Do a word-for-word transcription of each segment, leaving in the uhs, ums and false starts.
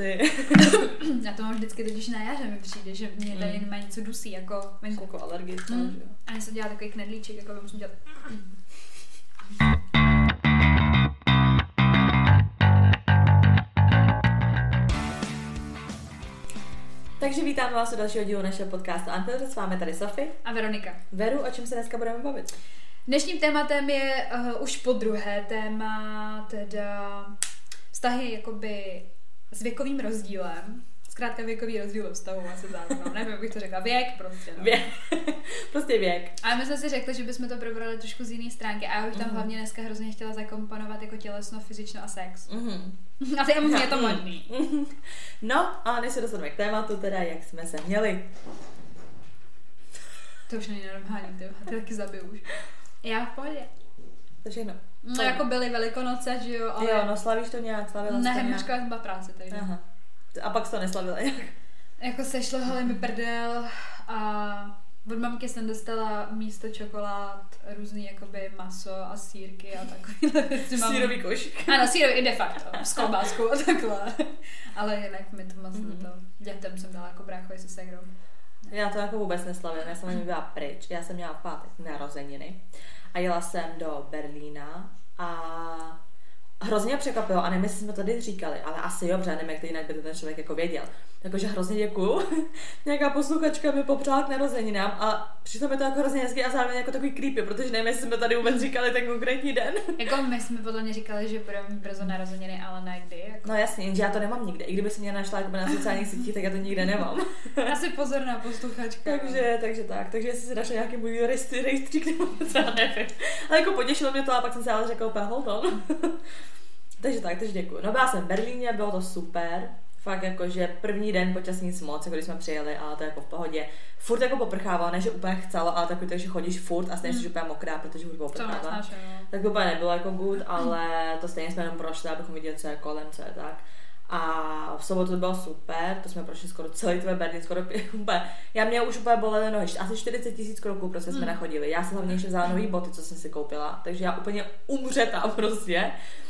asi. Já to mám vždycky totiž na jaře, mi přijde, že mě tady Mm. nemá něco dusí, jako venku. Jako alergická, Mm. že jo. A něco dělá takový knedlíček, jako musím dělat. Takže vítáme vás u dalšího dílu našeho podcastu Unfiltered, s vámi tady Sofie. A Veronika. Veru, o čem se dneska budeme bavit? Dnešním tématem je uh, už po druhé téma, teda vztahy jakoby s věkovým rozdílem. Zkrátka věkový rozdíl ve vztahu, asi zároveň. Nevím, jak bych to řekla. Věk prostě. No. Věk. Prostě věk. Ale my jsme si řekli, že bychom to probrali trošku z jiné stránky. A já bych tam Mhm. hlavně dneska hrozně chtěla zakomponovat jako tělesno, fyzično a sex. Mhm. A ty je to možný. Mhm. No, a než se dostaneme k tématu, teda jak jsme se měli. To už není normální, ty, ty taky zabiju už. Já v pohodě. To všechno. No, jako byly Velikonoce, že jo, ale... Jo, no slavíš to nějak, slavila jsi ne, to nějak. hemouška byla práce, takže. Aha. A pak jsi to neslavila jak? Jako sešlo hele mi prdel a od mamky jsem dostala místo čokolád různý jakoby maso a sýrky a takovýhle věci. Mám... Sýrový košík. Ano, sýrový de facto, s kolbáskou a takhle. Ale jinak mi to moc Mhm. mm-hmm. to. Dětem jsem dala jako bráchovi se segrou. Já to jako vůbec neslavila, já jsem ani byla pryč. Já jsem měla v pátek narozeniny a jela jsem do Berlína a hrozně překvapilo, a nevím, jestli jsme to tady říkali, ale asi jo, protože nevím, jak to jinak by to ten člověk jako věděl. Takže hrozně děkuju. Nějaká posluchačka mi popřála k narozeninám a přišlo mi to jako hrozně hezky a zároveň jako takový creepy, protože nevím, jestli jsme tady vůbec říkali ten konkrétní den. Jako my jsme podle mě říkali, že budeme mít brzo narozeniny, ale ne kdy. Jako. No jasně, jenže já to nemám nikde. I kdyby se mě našla jako na sociálních sítích, tak já to nikde nemám. Asi pozorná posluchačka. takže, takže tak, takže jestli si našla nějaký můj rejstřík, rejstřík nebo něco, já nevím. Ale jako potěšilo mě to a pak jsem si ale řekla úplně hold on. takže tak, takže děkuju. No byla jsem v Berlíně, bylo to super. Fakt jako, že první den počas nic moc, jako když jsme přijeli, ale to jako v pohodě. Furt jako poprchávalo, ne že úplně chcelo, ale takový to, že chodíš furt a stejně jsi úplně mokrá, protože už poprchává. Tak to úplně nebylo jako good, ale to stejně jsme jenom prošli, abychom viděli, co je kolem, co je tak. A v sobotu to bylo super, to jsme prošli skoro celý tvé Berlín, skoro úplně. Já mě už úplně bolely nohy, asi čtyřicet tisíc kroků prostě jsme nachodili. Já jsem hlavně ještě vzala nový boty, co jsem si koupila, takže já úplně umřetá prostě.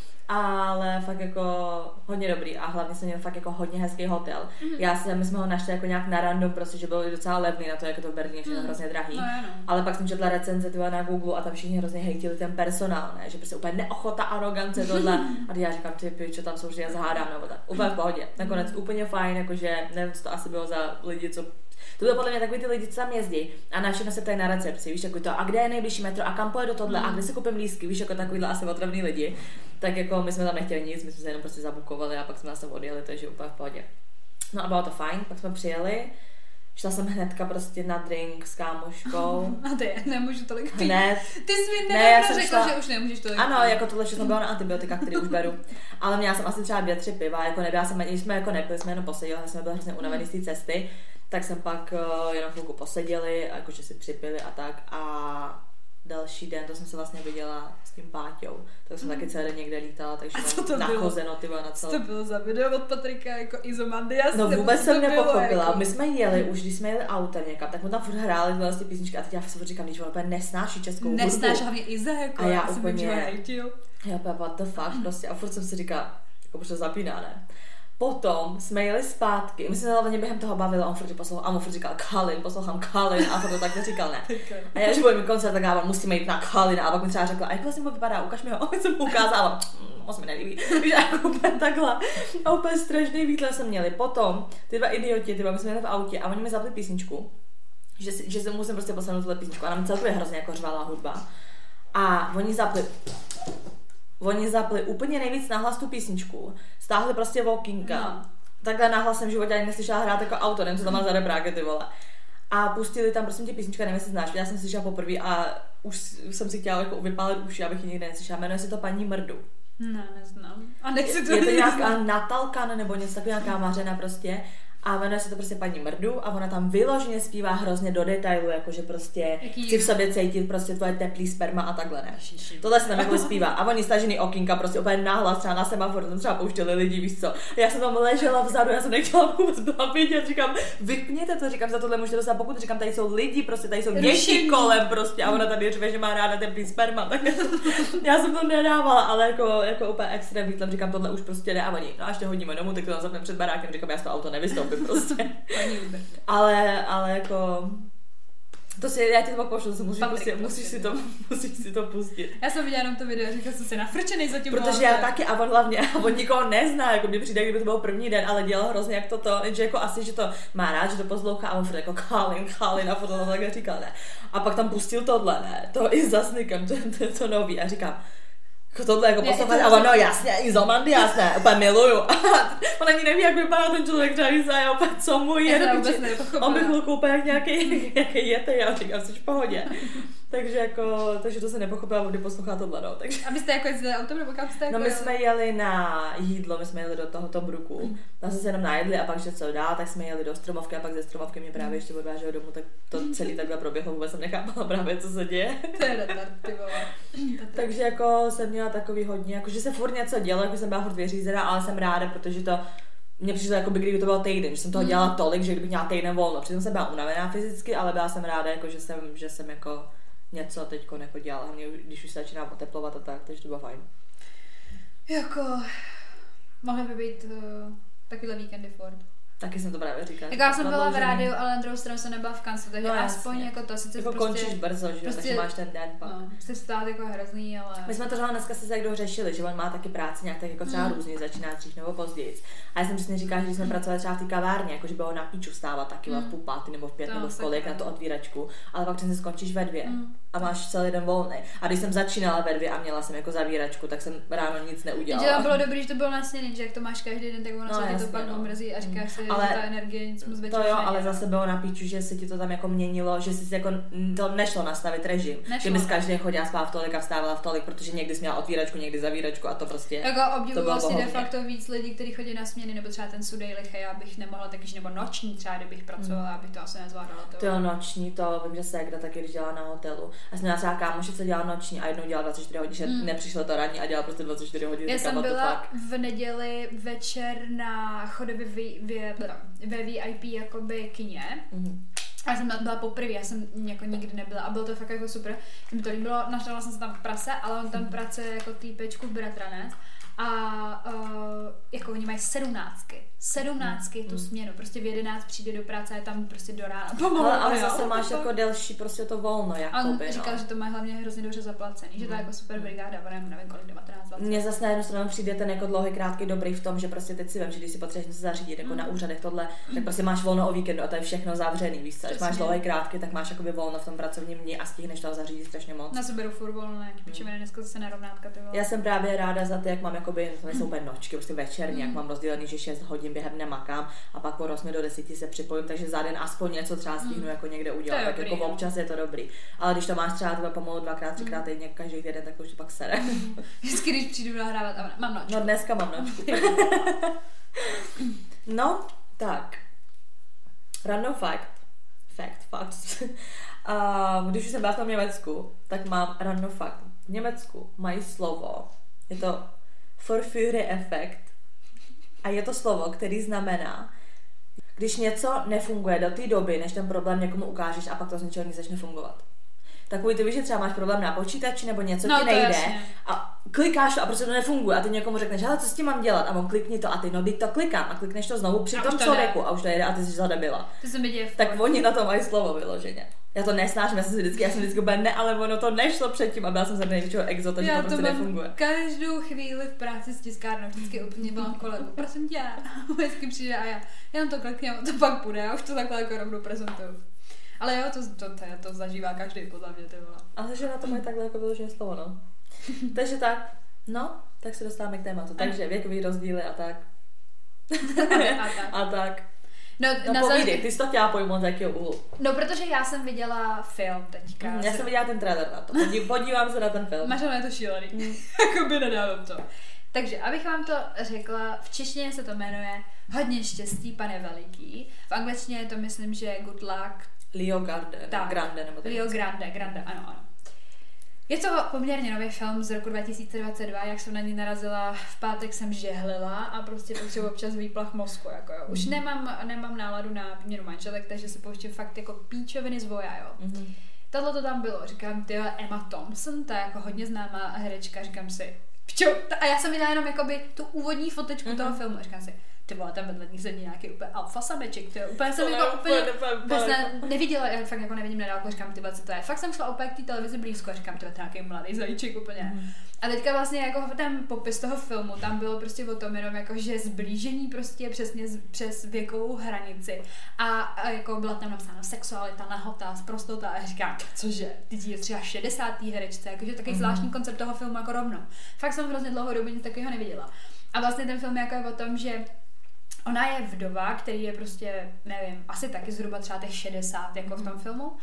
Ale fakt jako hodně dobrý a hlavně jsem měl fakt jako hodně hezký hotel. Mm. Já jsem, my jsme ho našli jako nějak na random, prostě, že byl docela levný na to, jak to v Berlíně všechno mm. hrozně drahý. No, no. Ale pak jsem četla recenze tyhle na Google a tam všichni hrozně hejtili ten personál, ne? Že prostě úplně neochota, arogance, tohle. A já říkám, ty pičo, tam jsou už já zhádám, nebo tak. Úplně v pohodě. Nakonec mm. úplně fajn, jakože nevím, co to asi bylo za lidi, co to bylo podle mě takový ty lidi, co tam jezdí a na všechno se ptají na recepci, víš, jako to, a kde je nejbližší metro a kam pojedu tohle mm. a kde si koupím lístky, víš, jako takovýhle asi otravný lidi. Tak jako my jsme tam nechtěli nic, my jsme se jenom prostě zabukovali a pak jsme nás tam odjeli, takže úplně v pohodě. No a bylo to fajn, pak jsme přijeli, šla jsem hnedka prostě na drink s kámoškou. A ty, nemůžu tolik pít. Hned. Ty jsi mi ne, řekla, šla... že už nemůžeš tolik Ano, pít. jako tohle všechno bylo na antibiotika, který už beru. Ale měla jsem asi třeba dvě, tři piva, jako nebyla jsem, když jsme jako nepili, jsme jenom poseděli, jsme byli hrozně unavený z té cesty. Tak jsem pak uh, jenom chvilku poseděli, jakože si připili a tak a další den, to jsem se vlastně viděla s tím Páťou, tak jsem mm. taky celý den někde lítala, takže mám nachozeno tyba na celou. Co to bylo za video od Patrika, jako Izomandias? No vůbec jsem nepochopila, jako... my jsme jeli už, když jsme jeli autem někam, tak mu tam furt hráli tyhle ty písničky a teď já furt říkám, když on úplně nesnáší českou hudbu. Nesnáš hlavně Iza, jako a já, já úplně, jsem hejtil. Já úplně, what the fuck, prostě a furt jsem si říkala, jako už to zapíná, ne? Potom jsme jeli zpátky, my jsme se hlavně během toho bavili, on furt poslouchal, a on furt říkal Kalin, poslouchám Kalin a furt to tak neříkal, ne. A já, že bude mi koncert, tak já musíme jít na Kalin a pak mi třeba řekla, a jak vlastně mu vypadá, ukaž mi ho, a jsem mu ukázala, mmm, moc mi nelíbí, víš, jako úplně takhle. A úplně strašný výtle jsme měli. Potom ty dva idioti, ty dva, my jsme jeli v autě a oni mi zapli písničku, že, si, že se musím prostě poslechnout tuhle písničku a nám celkově hrozně jako řvala hudba. A oni zapli Oni zapli úplně nejvíc nahlas tu písničku, stáhli prostě walkinga. No. Takhle nahlas jsem v životě ani neslyšela hrát jako auto, nevím, co tam má za rebráky, ty vole. A pustili tam prostě ty písnička, nevím, jestli znáš, já jsem slyšela poprvé a už jsem si chtěla jako vypálit uši, abych ji nikdy neslyšela. Jmenuje se to Paní Mrdu. Ne, neznám. A nechci to Je, je to nějaká Natalka nebo něco taková, nějaká Mařena prostě. a jmenuje se to prostě paní Mrdu a ona tam vyloženě zpívá hrozně do detailu, jakože prostě Jaký chci v sobě cítit prostě tvoje teplý sperma a takhle, ne. Tohle se tam jako zpívá a oni stažený okýnka prostě úplně nahlas, třeba na semaforu, tam třeba pouštěli lidi, víš co. Já jsem tam ležela vzadu, já jsem nechtěla vůbec byla vidět, říkám, vypněte to, říkám, za tohle můžete dostat pokud, říkám, tady jsou lidi, prostě tady jsou děti kolem prostě a ona tady řve, že má ráda teplý sperma, tak já jsem to nedávala, ale jako, jako úplně extrém výtlem, říkám, tohle už prostě ne a oni, no až tě hodíme domů, tak to zapneme před barákem, říkám, já z toho auto nevystoupím prostě. ale, ale jako to si, já ti to pak pošlu, musíš, pustit, musíš, si to, musíš si to pustit. Já jsem viděla jenom to video a říkala jsem si nafrčenej za tím. Protože já taky a on hlavně, a on nikoho nezná, jako mě přijde, kdyby to byl první den, ale dělal hrozně jak toto, že jako asi, že to má rád, že to poslouchá a on furt jako Kalin, Kalin a potom to takhle říkal, ne. A pak tam pustil tohle, ne, to i za Snikem, to, to, to nový a říkám, jako tohle jako poslouchat a ono jasně, i Zomandy jasně, úplně miluju. A on ani neví, jak vypadá ten člověk, třeba víc a já opět, co mu je, on by chvilku úplně jak nějaký, nějaký jete, já říkám, jsi v pohodě. Takže jako, takže to se nepochopila, kdy poslouchá tohle, no. Takže. A vy jste jako jezdili autem, nebo kam jste jako... No my jsme jeli na jídlo, my jsme jeli do tohoto Bruku. Mm. Tam jsme se jenom najedli a pak, že co dál, tak jsme jeli do Stromovky a pak ze Stromovky mě právě ještě odváželo domů, tak to celý takhle proběhlo, vůbec jsem nechápala právě, co se děje. To je retard, ty vole. Takže jako jsem měla takový hodně, jako že se furt něco dělo, jako jsem byla furt vyřízená, ale jsem ráda, protože to mně přišlo, jako by kdyby to byl týden, že jsem toho dělala tolik, že kdybych měla týden volno. Přitom jsem byla unavená fyzicky, ale byla jsem ráda, jako, že jsem, že jsem jako něco teďko jako dělala, hlavně když už se začíná oteplovat a tak, takže to bylo fajn. Jako, mohly by být uh, takovýhle víkendy furt. Taky jsem to právě říkala. Jako já jsem byla v rádiu, ale na druhou stranu jsem nebyla v kanclu, takže no, aspoň jako to sice jako prostě... končíš brzo, že prostě, takže máš ten den pak. No, prostě stát jako hrozný, ale... My jsme to třeba dneska se někdo řešili, že on má taky práci nějak tak jako třeba mm. různě, začíná dřív nebo později. A já jsem přesně říkala, že když jsme pracovali třeba v té kavárně, jako že bylo na píču vstávat taky mm. v půl pátý nebo v pět to nebo v kolik na tu otvíračku, ale pak přesně skončíš ve dvě. Mm. A máš celý den volný. A když jsem začínala ve dvě a měla jsem jako zavíračku, tak jsem ráno nic neudělala. Že bylo dobrý, že to bylo na sněny, že jak to máš každý den, tak ono no, se to pak omrzí a říkáš si, že ta energie nic moc to jo, ale zase bylo na píču, že se ti to tam jako měnilo, že si jako to nešlo nastavit režim. Nešlo, že bys každý chodila spát v tolik a vstávala v tolik, protože někdy jsi měla otvíračku, někdy zavíračku a to prostě. Jako obdivuji si de facto víc lidí, kteří chodí na směny, nebo třeba ten sudej lichej, já bych nemohla taky, nebo noční třeba, kdybych pracovala, abych to asi nezvládala. To jo, noční, to vím, že se kdo taky když dělala na hotelu. A jsem měla třeba kámoši, co dělala noční a jednou dělala dvacet čtyři hodin, že mm. nepřišlo to ranní a dělala prostě dvacet čtyři hodin. Já jsem byla v neděli večer na chodově ve V I P jakoby kině. Mm-hmm. A já jsem tam byla poprvé, já jsem jako nikdy nebyla a bylo to fakt jako super. Mi to líbilo, našla jsem se tam v prase, ale on tam pracuje jako týpečku bratranec a uh, jako oni mají sedmnáctky. Sedmnáctky tu směnu, prostě v jedenáct přijde do práce a je tam prostě do rána. Pomalu, ale, ale zase máš to... jako delší prostě to volno, jakoby, on říkal, no. že to má hlavně hrozně dobře zaplacený, že to je jako super brigáda, nevím, nevím kolik, devatenáct dvacet. Mně zase na jednu stranu přijde ten jako dlouhý, krátký dobrý v tom, že prostě teď si vím, že když si potřebuješ něco zařídit jako mm. na úřadech tohle, tak prostě máš volno o víkendu a to je všechno zavřený, víš co? Když máš dlouhý, krátký, tak máš jakoby volno v tom pracovním dni a stihneš to zařídit strašně moc. Na sebe beru furt volno, nějaký pičoviny, dneska zase nerovnátka, ty vole. Já jsem právě ráda za to, jak mám jakoby, to nejsou úplně nočky, prostě večerní, jak mám rozdělený, že šest hodin během nemakám a pak po osmi do deseti se připojím, takže za den aspoň něco třeba stihnu jako někde udělat, tak dobrý, jako občas je to dobrý. Ale když to máš třeba tebe pomalu dvakrát, třikrát týdně, každý den, tak už to pak sere. Vždycky, když přijdu nahrávat, a mám nočku. No dneska mám nočku. No, tak. Random fact. Fact, fact. uh, když jsem byla v tom Německu, tak mám random fact. V Německu mají slovo, je to Vorführeffekt. A je to slovo, který znamená, když něco nefunguje do té doby, než ten problém někomu ukážeš a pak to z ničeho nic začne fungovat. Takový ty víš, že třeba máš problém na počítači nebo něco no, ti nejde jasně. A klikáš to a prostě to nefunguje a ty někomu řekneš, hele, co s tím mám dělat a on klikni to a ty, no teď to klikám a klikneš to znovu při a tom člověku jde. A už to jede a ty jsi zadebila. To se mi děje. Tak oni na to mají slovo vyloženě. Já to nesnáším, já jsem si vždycky, já jsem vždycky byla ne, ale ono to nešlo předtím a byla jsem za největšího exota, že to prostě nefunguje. Každou chvíli v práci s tiskárnou vždycky úplně byla kolegu. Prosím tě, vždycky přijde a já jenom to kliknu a to pak půjde, já už to takhle jako rovnou prezentuju. Ale jo, to, to, to, to zažívá každý podle mě, ty vole. Ale že na to mají takhle jako vyložené slovo, no. Takže tak, no, tak se dostáváme k tématu. Takže věkový rozdíly a tak. a tak. A tak. No, no povídej, ty jsi to chtěla pojmout z jakého úhlu. No, protože já jsem viděla film teďka. Mm, já jsem viděla ten trailer na to. Podí, podívám se na ten film. Máš na to šílený. Mm. Jakoby nedávám to. Takže, abych vám to řekla, v češtině se to jmenuje Hodně štěstí, pane veliký. V angličtině je to, myslím, že Good Luck. Leo Grande, tak, Grande nebo Leo Grande, Grande, ano, ano. Je to poměrně nový film z roku dva tisíce dvacet dva, jak jsem na ní narazila, v pátek jsem žehlila a prostě potřebuji občas výplach mozku, jako jo. Už nemám, nemám náladu na výměnu manželek, takže si pouštím fakt jako píčoviny z voja, jo. Mm-hmm. Tohle to tam bylo, říkám, ty Emma Thompson, ta je jako hodně známá herečka, říkám si, pčo, a já jsem viděla jenom jakoby tu úvodní fotečku mm-hmm. toho filmu, říkám si, ty vole, tam vedle ní sedí nějaký úplně alfa sameček, tyjo, úplně jsem jako úplně, úplně ne, neviděla, já fakt jako nevidím na dálku, říkám, tyhle, co to je, fakt jsem šla úplně k té televizi blízko a říkám, tyhle, to je nějaký mladý zajíček úplně. Mm. A teďka vlastně jako ten popis toho filmu, tam bylo prostě o tom jenom jako, že zblížení prostě přesně z, přes věkovou hranici a, a jako byla tam napsána sexualita, nahota, sprostota a říkám, cože, ty je třeba šedesátý herečce, jakože takový mm. zvláštní koncept toho filmu jako rovno. Fakt jsem hrozně dlouho dobu nic takového neviděla. A vlastně ten film jako je o tom, že ona je vdova, který je prostě, nevím, asi taky zhruba třeba těch šedesát, jako v tom filmu.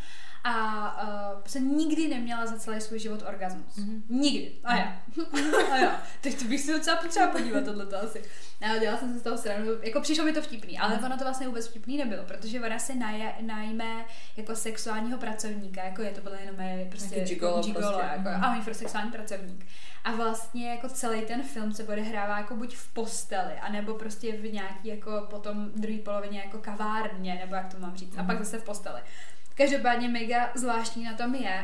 A uh, se nikdy neměla za celý svůj život orgasmus. Mm-hmm. Nikdy. A já. A já. Teď to bych si docela potřeba podívat tohleto asi. No, dělala jsem se z toho srandu. Jako přišlo mi to vtipný, ale ono to vlastně vůbec vtipný nebylo, protože ona si naje, najme jako sexuálního pracovníka, jako je to podle jenom je prostě gigolo, gigolo prostě. jako, a on je prostě sexuální pracovník. A vlastně jako celý ten film se odehrává jako buď v posteli, anebo prostě v nějaký jako potom druhé polovině jako kavárně, nebo jak to mám říct, mm-hmm. a pak zase v posteli. Každopádně mega zvláštní na tom je,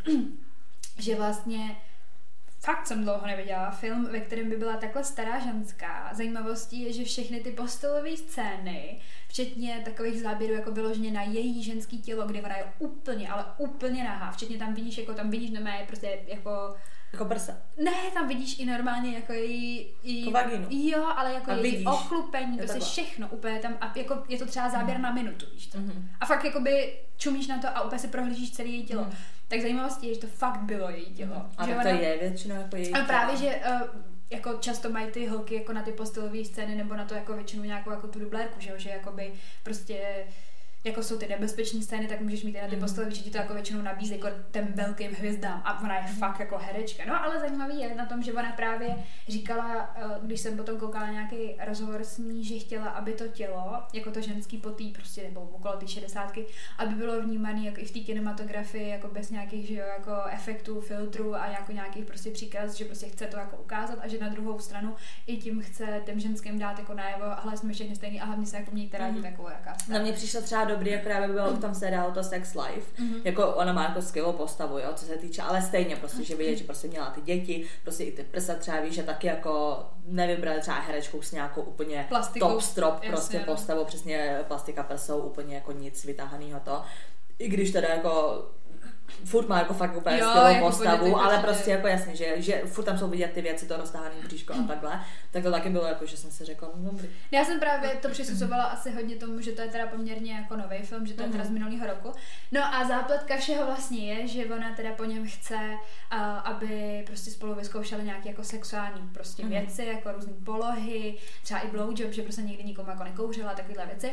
že vlastně fakt jsem dlouho neviděla film, ve kterém by byla takhle stará ženská. Zajímavostí je, že všechny ty postelové scény, včetně takových záběrů jako vyloženě na její ženský tělo, kde ona je úplně, ale úplně nahá. Včetně tam vidíš, jako tam vidíš normálně prostě jako jako prsa. Ne, tam vidíš i normálně jako její... její vaginu. Jo, ale jako a její vidíš. ochlupení, prostě všechno úplně tam, a jako je to třeba záběr mm. na minutu, víš to. Mm. A fakt jakoby čumíš na to a úplně si prohlížíš celé její tělo. Mm. Tak zajímavostí je, že to fakt bylo její tělo. Mm. A že tak to ona... je většinou jako její tělo. A právě, že uh, jako často mají ty holky jako na ty postelové scény nebo na to jako většinou nějakou jako tu dublérku, že jo, že jakoby prostě jako jsou ty nebezpečné scény, tak můžeš mít i na ty postelové, že ti to jako většinou nabízí jako těm velkým hvězdám a ona je fakt jako herečka. No ale zajímavý je na tom, že ona právě říkala, když jsem potom koukala nějaký rozhovor s ní, že chtěla, aby to tělo, jako to ženský po tý, prostě nebo okolo ty šedesátky, aby bylo vnímané jako i v té kinematografii, jako bez nějakých, že jo, jako efektů, filtrů a jako nějakých prostě příkaz, že prostě chce to jako ukázat a že na druhou stranu i tím chce těm ženským dát jako najevo, ale jsme všechny stejný a hlavně se jako mějte rádi mm. takovou, jaká jste. Na mě přišla třeba dobrý, jak právě bylo v tom seriálu to Sex Life. Mm-hmm. Jako ona má jako skvělou postavu, jo, co se týče, ale stejně prostě, že vidět, že prostě měla ty děti, prostě i ty prsa třeba víš, že taky jako nevybrali třeba herečkou s nějakou úplně plastikou, top strop, jasně, prostě no. Postavou, přesně plastika prsou, úplně jako nic vytáhanýho to. I když teda jako furt má jako fakt úplně skvělou jako postavu, ale prostě jako jasně, že, že furt tam jsou vidět ty věci, to roztahaný bříško a takhle, tak to taky bylo jako, že jsem si řekla, no dobrý. Já jsem právě to přisuzovala asi hodně tomu, že to je teda poměrně jako nový film, že to je teda z minulého roku. No a zápletka všeho vlastně je, že ona teda po něm chce, uh, aby prostě spolu vyzkoušeli nějaké jako sexuální prostě mm. věci, jako různé polohy, třeba i blowjob, že prostě nikdy nikomu jako nekouřila, takovéhle věci.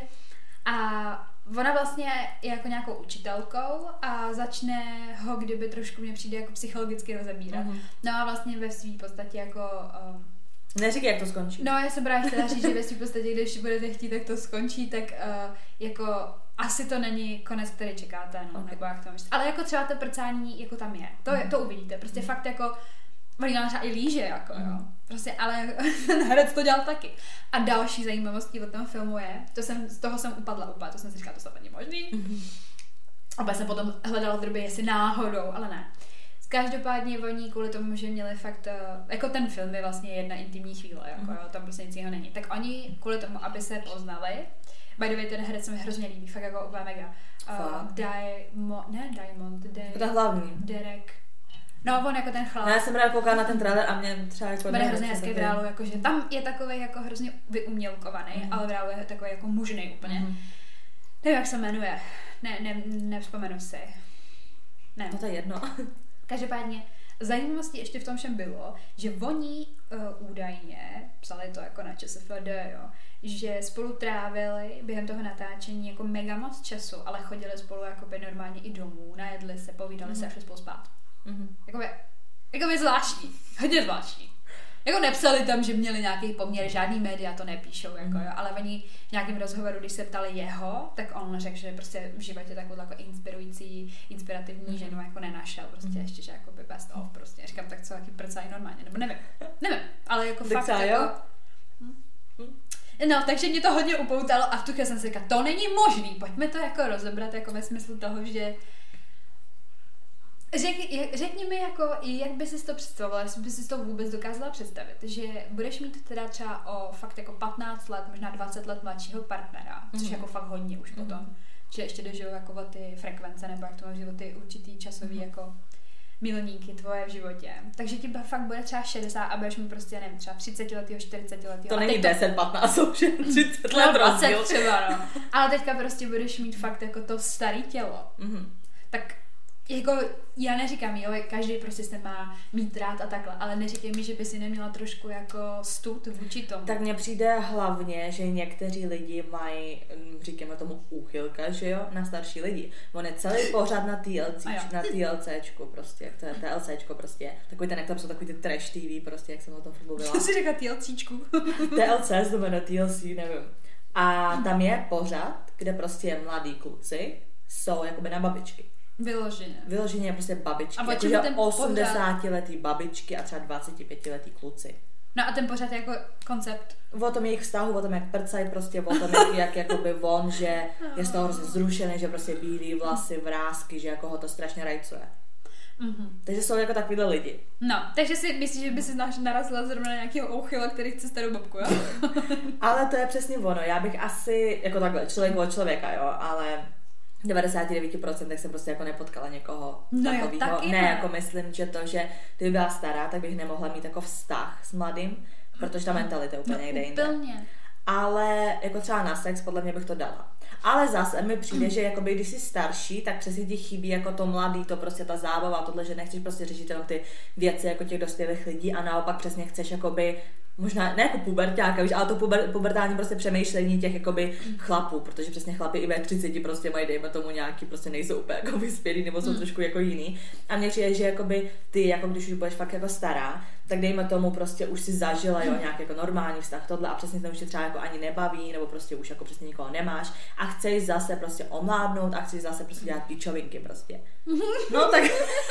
A ona vlastně je jako nějakou učitelkou a začne ho, kdyby trošku mě přijde jako psychologicky rozebírat. Mm-hmm. No a vlastně ve své podstatě jako... Um, Neříkej, jak to skončí. No, já jsem právě chtěla říct, že ve své podstatě, když budete chtít, tak to skončí, tak uh, jako asi to není konec, který čekáte, no, okay. Nebo jak to myslíte. Ale jako třeba to prcání jako tam je. To, mm-hmm. to uvidíte. Prostě mm-hmm. fakt jako oni nám třeba i líže, jako, mm. jo. Prostě, ale ten herec to dělal taky. A další zajímavostí o tom filmu je, to jsem, z toho jsem upadla úplně, to jsem si říkala, to se není možný. Mm. Opět jsem potom hledala v drobě, jestli náhodou, ale ne. Každopádně oni kvůli tomu, že měli fakt, jako ten film je vlastně jedna intimní chvíle, jako, mm. jo, tam prostě nic jiného není. Tak oni kvůli tomu, aby se poznali, by the way, ten herec se mi hrozně líbí, fakt jako úplně mega. Uh, Diamond, ne Diamond, De- ten hlavní. Derek. No, on jako ten chlap. Já jsem rád koukala na ten trailer a mě třeba jako... Bude hrozně hezký v reálu, jakože tam je takovej jako hrozně vyumělkovaný, mm. ale v reálu je takový jako mužný úplně. Mm. Nevím, jak se jmenuje. Ne, ne, nevzpomenu si. Ne. No to je jedno. Každopádně zajímavostí ještě v tom všem bylo, že oni uh, údajně, psali to jako na ČSFD, jo, že spolu trávili během toho natáčení jako mega moc času, ale chodili spolu jakoby normálně i domů, najedli se, povídali mm. se a šli spolu spát. Mm-hmm. Jakoby, jakoby zvláštní, hodně zvláštní. Jako nepsali tam, že měli nějaký poměr, žádný média to nepíšou, jako, mm. jo, ale oni v nějakém rozhovoru, když se ptali jeho, tak on řekl, že prostě v životě takovou jako inspirující, inspirativní mm. ženu jako nenašel, prostě mm. ještě, že jako by best of, prostě. Říkám, tak co, taky prcají normálně, nebo nevím, nevím, ale jako tak fakt jako... Hm? No, takže mě to hodně upoutalo a v tu chvíli jsem si říkala, to není možný, pojďme to jako rozebrat jako ve smyslu toho, že Řek, řekni mi, jako, jak by si to představovala, jestli by si to vůbec dokázala představit, že budeš mít teda třeba o fakt jako patnáct let, možná dvacet let mladšího partnera, což mm. jako fakt hodně už mm. potom, že ještě dožijou jako o ty frekvence, nebo jak to máš o ty určitý časový mm. jako milníky tvoje v životě. Takže ti fakt bude třeba šedesát a budeš mít prostě, nevím, třeba třicetiletýho, čtyřicetiletýho. To není deset, patnáct, už třicet let rozdíl. třeba, no. Ale teďka prostě budeš mít fakt jako to staré tělo. Mm. Tak jako, já neříkám, jo, každý prostě se má mít rád a takhle, ale neříkej mi, že by si neměla trošku jako stud vůči tomu. Tak mně přijde hlavně, že někteří lidi mají, říkáme tomu úchylka, že jo, na starší lidi. On je celý pořád na T L C, na TLCčku prostě, to je TLCčko prostě, takový ten, jak tam jsou takový ty trash T V prostě, jak jsem o tom furt mluvila. Co jsi říká TLCčku? T L C znamená T L C, nevím. A tam je pořad, kde prostě mladí kluci jsou jakoby na babičky. Vyloženě. Vyloženě prostě babičky. Jakože osmdesátiletý babičky a třeba dvacetipětiletý kluci. No a ten pořád je jako koncept. O tom jejich vztahu, o tom jak prcají prostě, o tom jak, jak jakoby on, že je z toho hrozně zrušený, že prostě bílý vlasy, vrásky, že jako ho to strašně rajcuje. Mm-hmm. Takže jsou jako takovýhle lidi. No, takže si myslíš, že by si narazila zrovna na nějakého ouchyla, který chce starou babku, jo? Ale to je přesně ono. Já bych asi, jako takhle, člověk od člověka, jo, ale devadesát devět procent jsem prostě jako nepotkala někoho no takového. Ne, ne, jako myslím, že to, že kdyby byla stará, tak bych nemohla mít jako vztah s mladým, protože ta mentalita je úplně no, někde jinde. Úplně. Ale jako třeba na sex, podle mě bych to dala. Ale zase mi přijde, že jakoby, když jsi starší, tak přesně ti chybí jako to mladý, to prostě ta zábava, tohle, že nechceš prostě řešit jenom ty věci jako těch dospělých lidí a naopak přesně chceš jakoby možná, ne jako puberťáka, ale to puber, pubertální prostě přemýšlení těch jakoby chlapů, protože přesně chlapi i ve třiceti prostě mají, dejme tomu nějaký, prostě nejsou úplně jako vyspělí, nebo jsou mm. trošku jako jiný. A mně přijde, že jakoby ty, jako když už budeš fakt jako stará, tak dejme tomu prostě už si zažila, jo, nějaký jako normální vztah tohle a přesně ten už tě třeba jako ani nebaví, nebo prostě už jako přesně nikoho nemáš a chceš zase prostě omládnout a chceš zase prostě dělat píčovinky prostě. No tak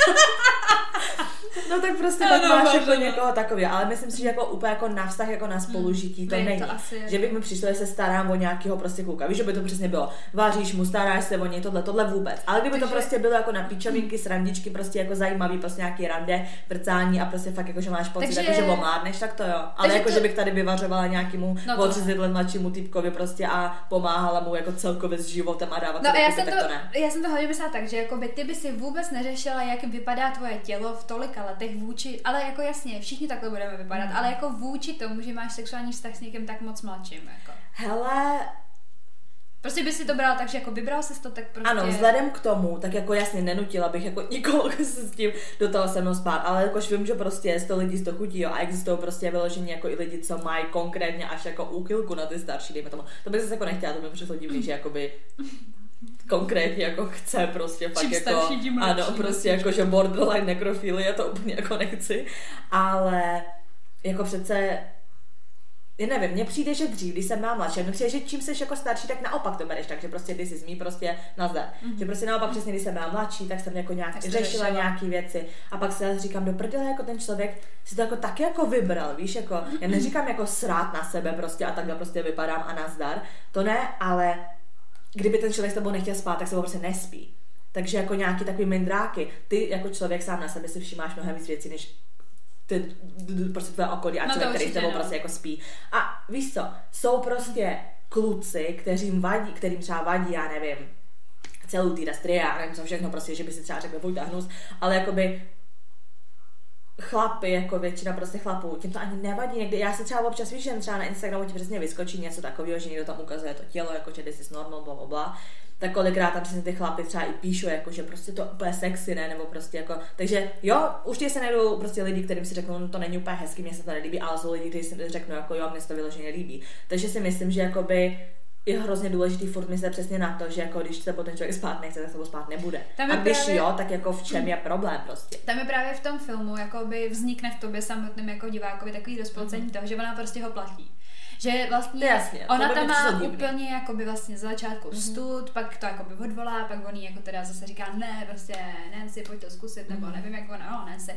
no tak prostě tak máš jako někoho takového, ale myslím si, že jako úplně jako na vztah, jako na spolužití to hmm, není. To asi že bych mi přišlo, že se starám o nějakého prostě kluka. Víš, že by to přesně bylo. Váříš mu, staráš se o něj, tohle, tohle vůbec. Ale kdyby Takže... to prostě bylo jako na píčovinky, srandičky, prostě jako zajímavý, prostě nějaký rande, prcání a prostě fakt jako, že máš pocit, Takže... jako, že omládneš, tak to jo. Ale Takže jako, to... že bych tady vyvařovala nějakému no o třicet let mladšímu týpkovi prostě a pomáhala mu jako celkově s životem a dávat no, se já do jsem tak to, to ne. Já jsem to hodně myslela tak, že jako by ty by si vůbec neřešila, jak vypadá tvoje tělo v tolika letech vůči, ale jako jasně, všichni takhle budeme vypadat, mm. ale jako vůči tomu, že máš sexuální vztah s někým tak moc mladším, jako. Hele, prostě by si to brala tak, že jako vybral ses to, tak prostě... Ano, vzhledem k tomu, tak jako jasně nenutila bych jako nikoho se s tím do toho se mnou spát, ale jakož vím, že prostě je sto lidí z toho chutí, jo, a existují prostě vyloženě jako i lidi, co mají konkrétně až jako úchylku na ty starší, dejme tomu. To bych zase jako nechtěla, to by mi přišlo divný, že jakoby konkrétně jako chce prostě fakt Čím jako starší, tím ano, lepší, prostě jako, že borderline nekrofilie, to úplně jako nechci, ale jako přece já nevím, mně přijde, že dřív, když jsem byla mladší, mně přijde, že čím jsi jako starší, tak naopak to bereš, takže prostě když jsi z mý prostě nazdar. Mm-hmm. Že prostě naopak přesně, když jsem byla mladší, tak jsem jako nějak řešila, řešila nějaký věci a pak se říkám do prdele, jako ten člověk si to jako taky jako vybral, víš, jako já neříkám jako srát na sebe prostě a takhle prostě vypadám a nazdar, to ne, ale kdyby ten člověk s tebou nechtěl spát, tak se ho prostě nespí. Takže jako nějaký takový mindráky, ty jako člověk sám na sebe si všimáš mnohem víc věcí, než ty, prostě tvoje okolí a člověk, no který s tebou no. prostě jako spí. A víš co, jsou prostě kluci, kterým vadí, kterým třeba vadí, já nevím, celou týda stria, já nevím co všechno, prostě, že by si třeba řekl vojt a hnus, ale jakoby chlapy, jako většina prostě chlapů, tím to ani nevadí někdy. Já si třeba občas víš, že třeba na Instagramu ti přesně vyskočí něco takového, že někdo tam ukazuje to tělo, jako že this is normal, bla, bla, bla. Tak kolikrát tam přesně ty chlapy třeba i píšou, jako, že prostě to úplně sexy, ne, nebo prostě jako, takže jo, určitě se najdou prostě lidi, kterým si řeknou, no to není úplně hezky, mně se to nelíbí, ale jsou lidi, kteří si řeknou, jako jo, mně se to vyloženě líbí. Takže si myslím, že jakoby je hrozně důležitý furt myslet přesně na to, že jako když se ten člověk spát nechce, tak se spát nebude. A když právě, jo, tak jako v čem je problém prostě. Tam je právě v tom filmu, jakoby vznikne v tobě samotným jako divákovi takový rozpolcení mm-hmm. toho, že ona prostě ho platí. Že vlastně jasně, ona tam má úplně jakoby vlastně za začátku mm-hmm. stud, pak to jakoby odvolá, pak on jí jako teda zase říká ne, prostě Nancy, pojď to zkusit, nebo mm-hmm. nevím jak ona, no Nancy.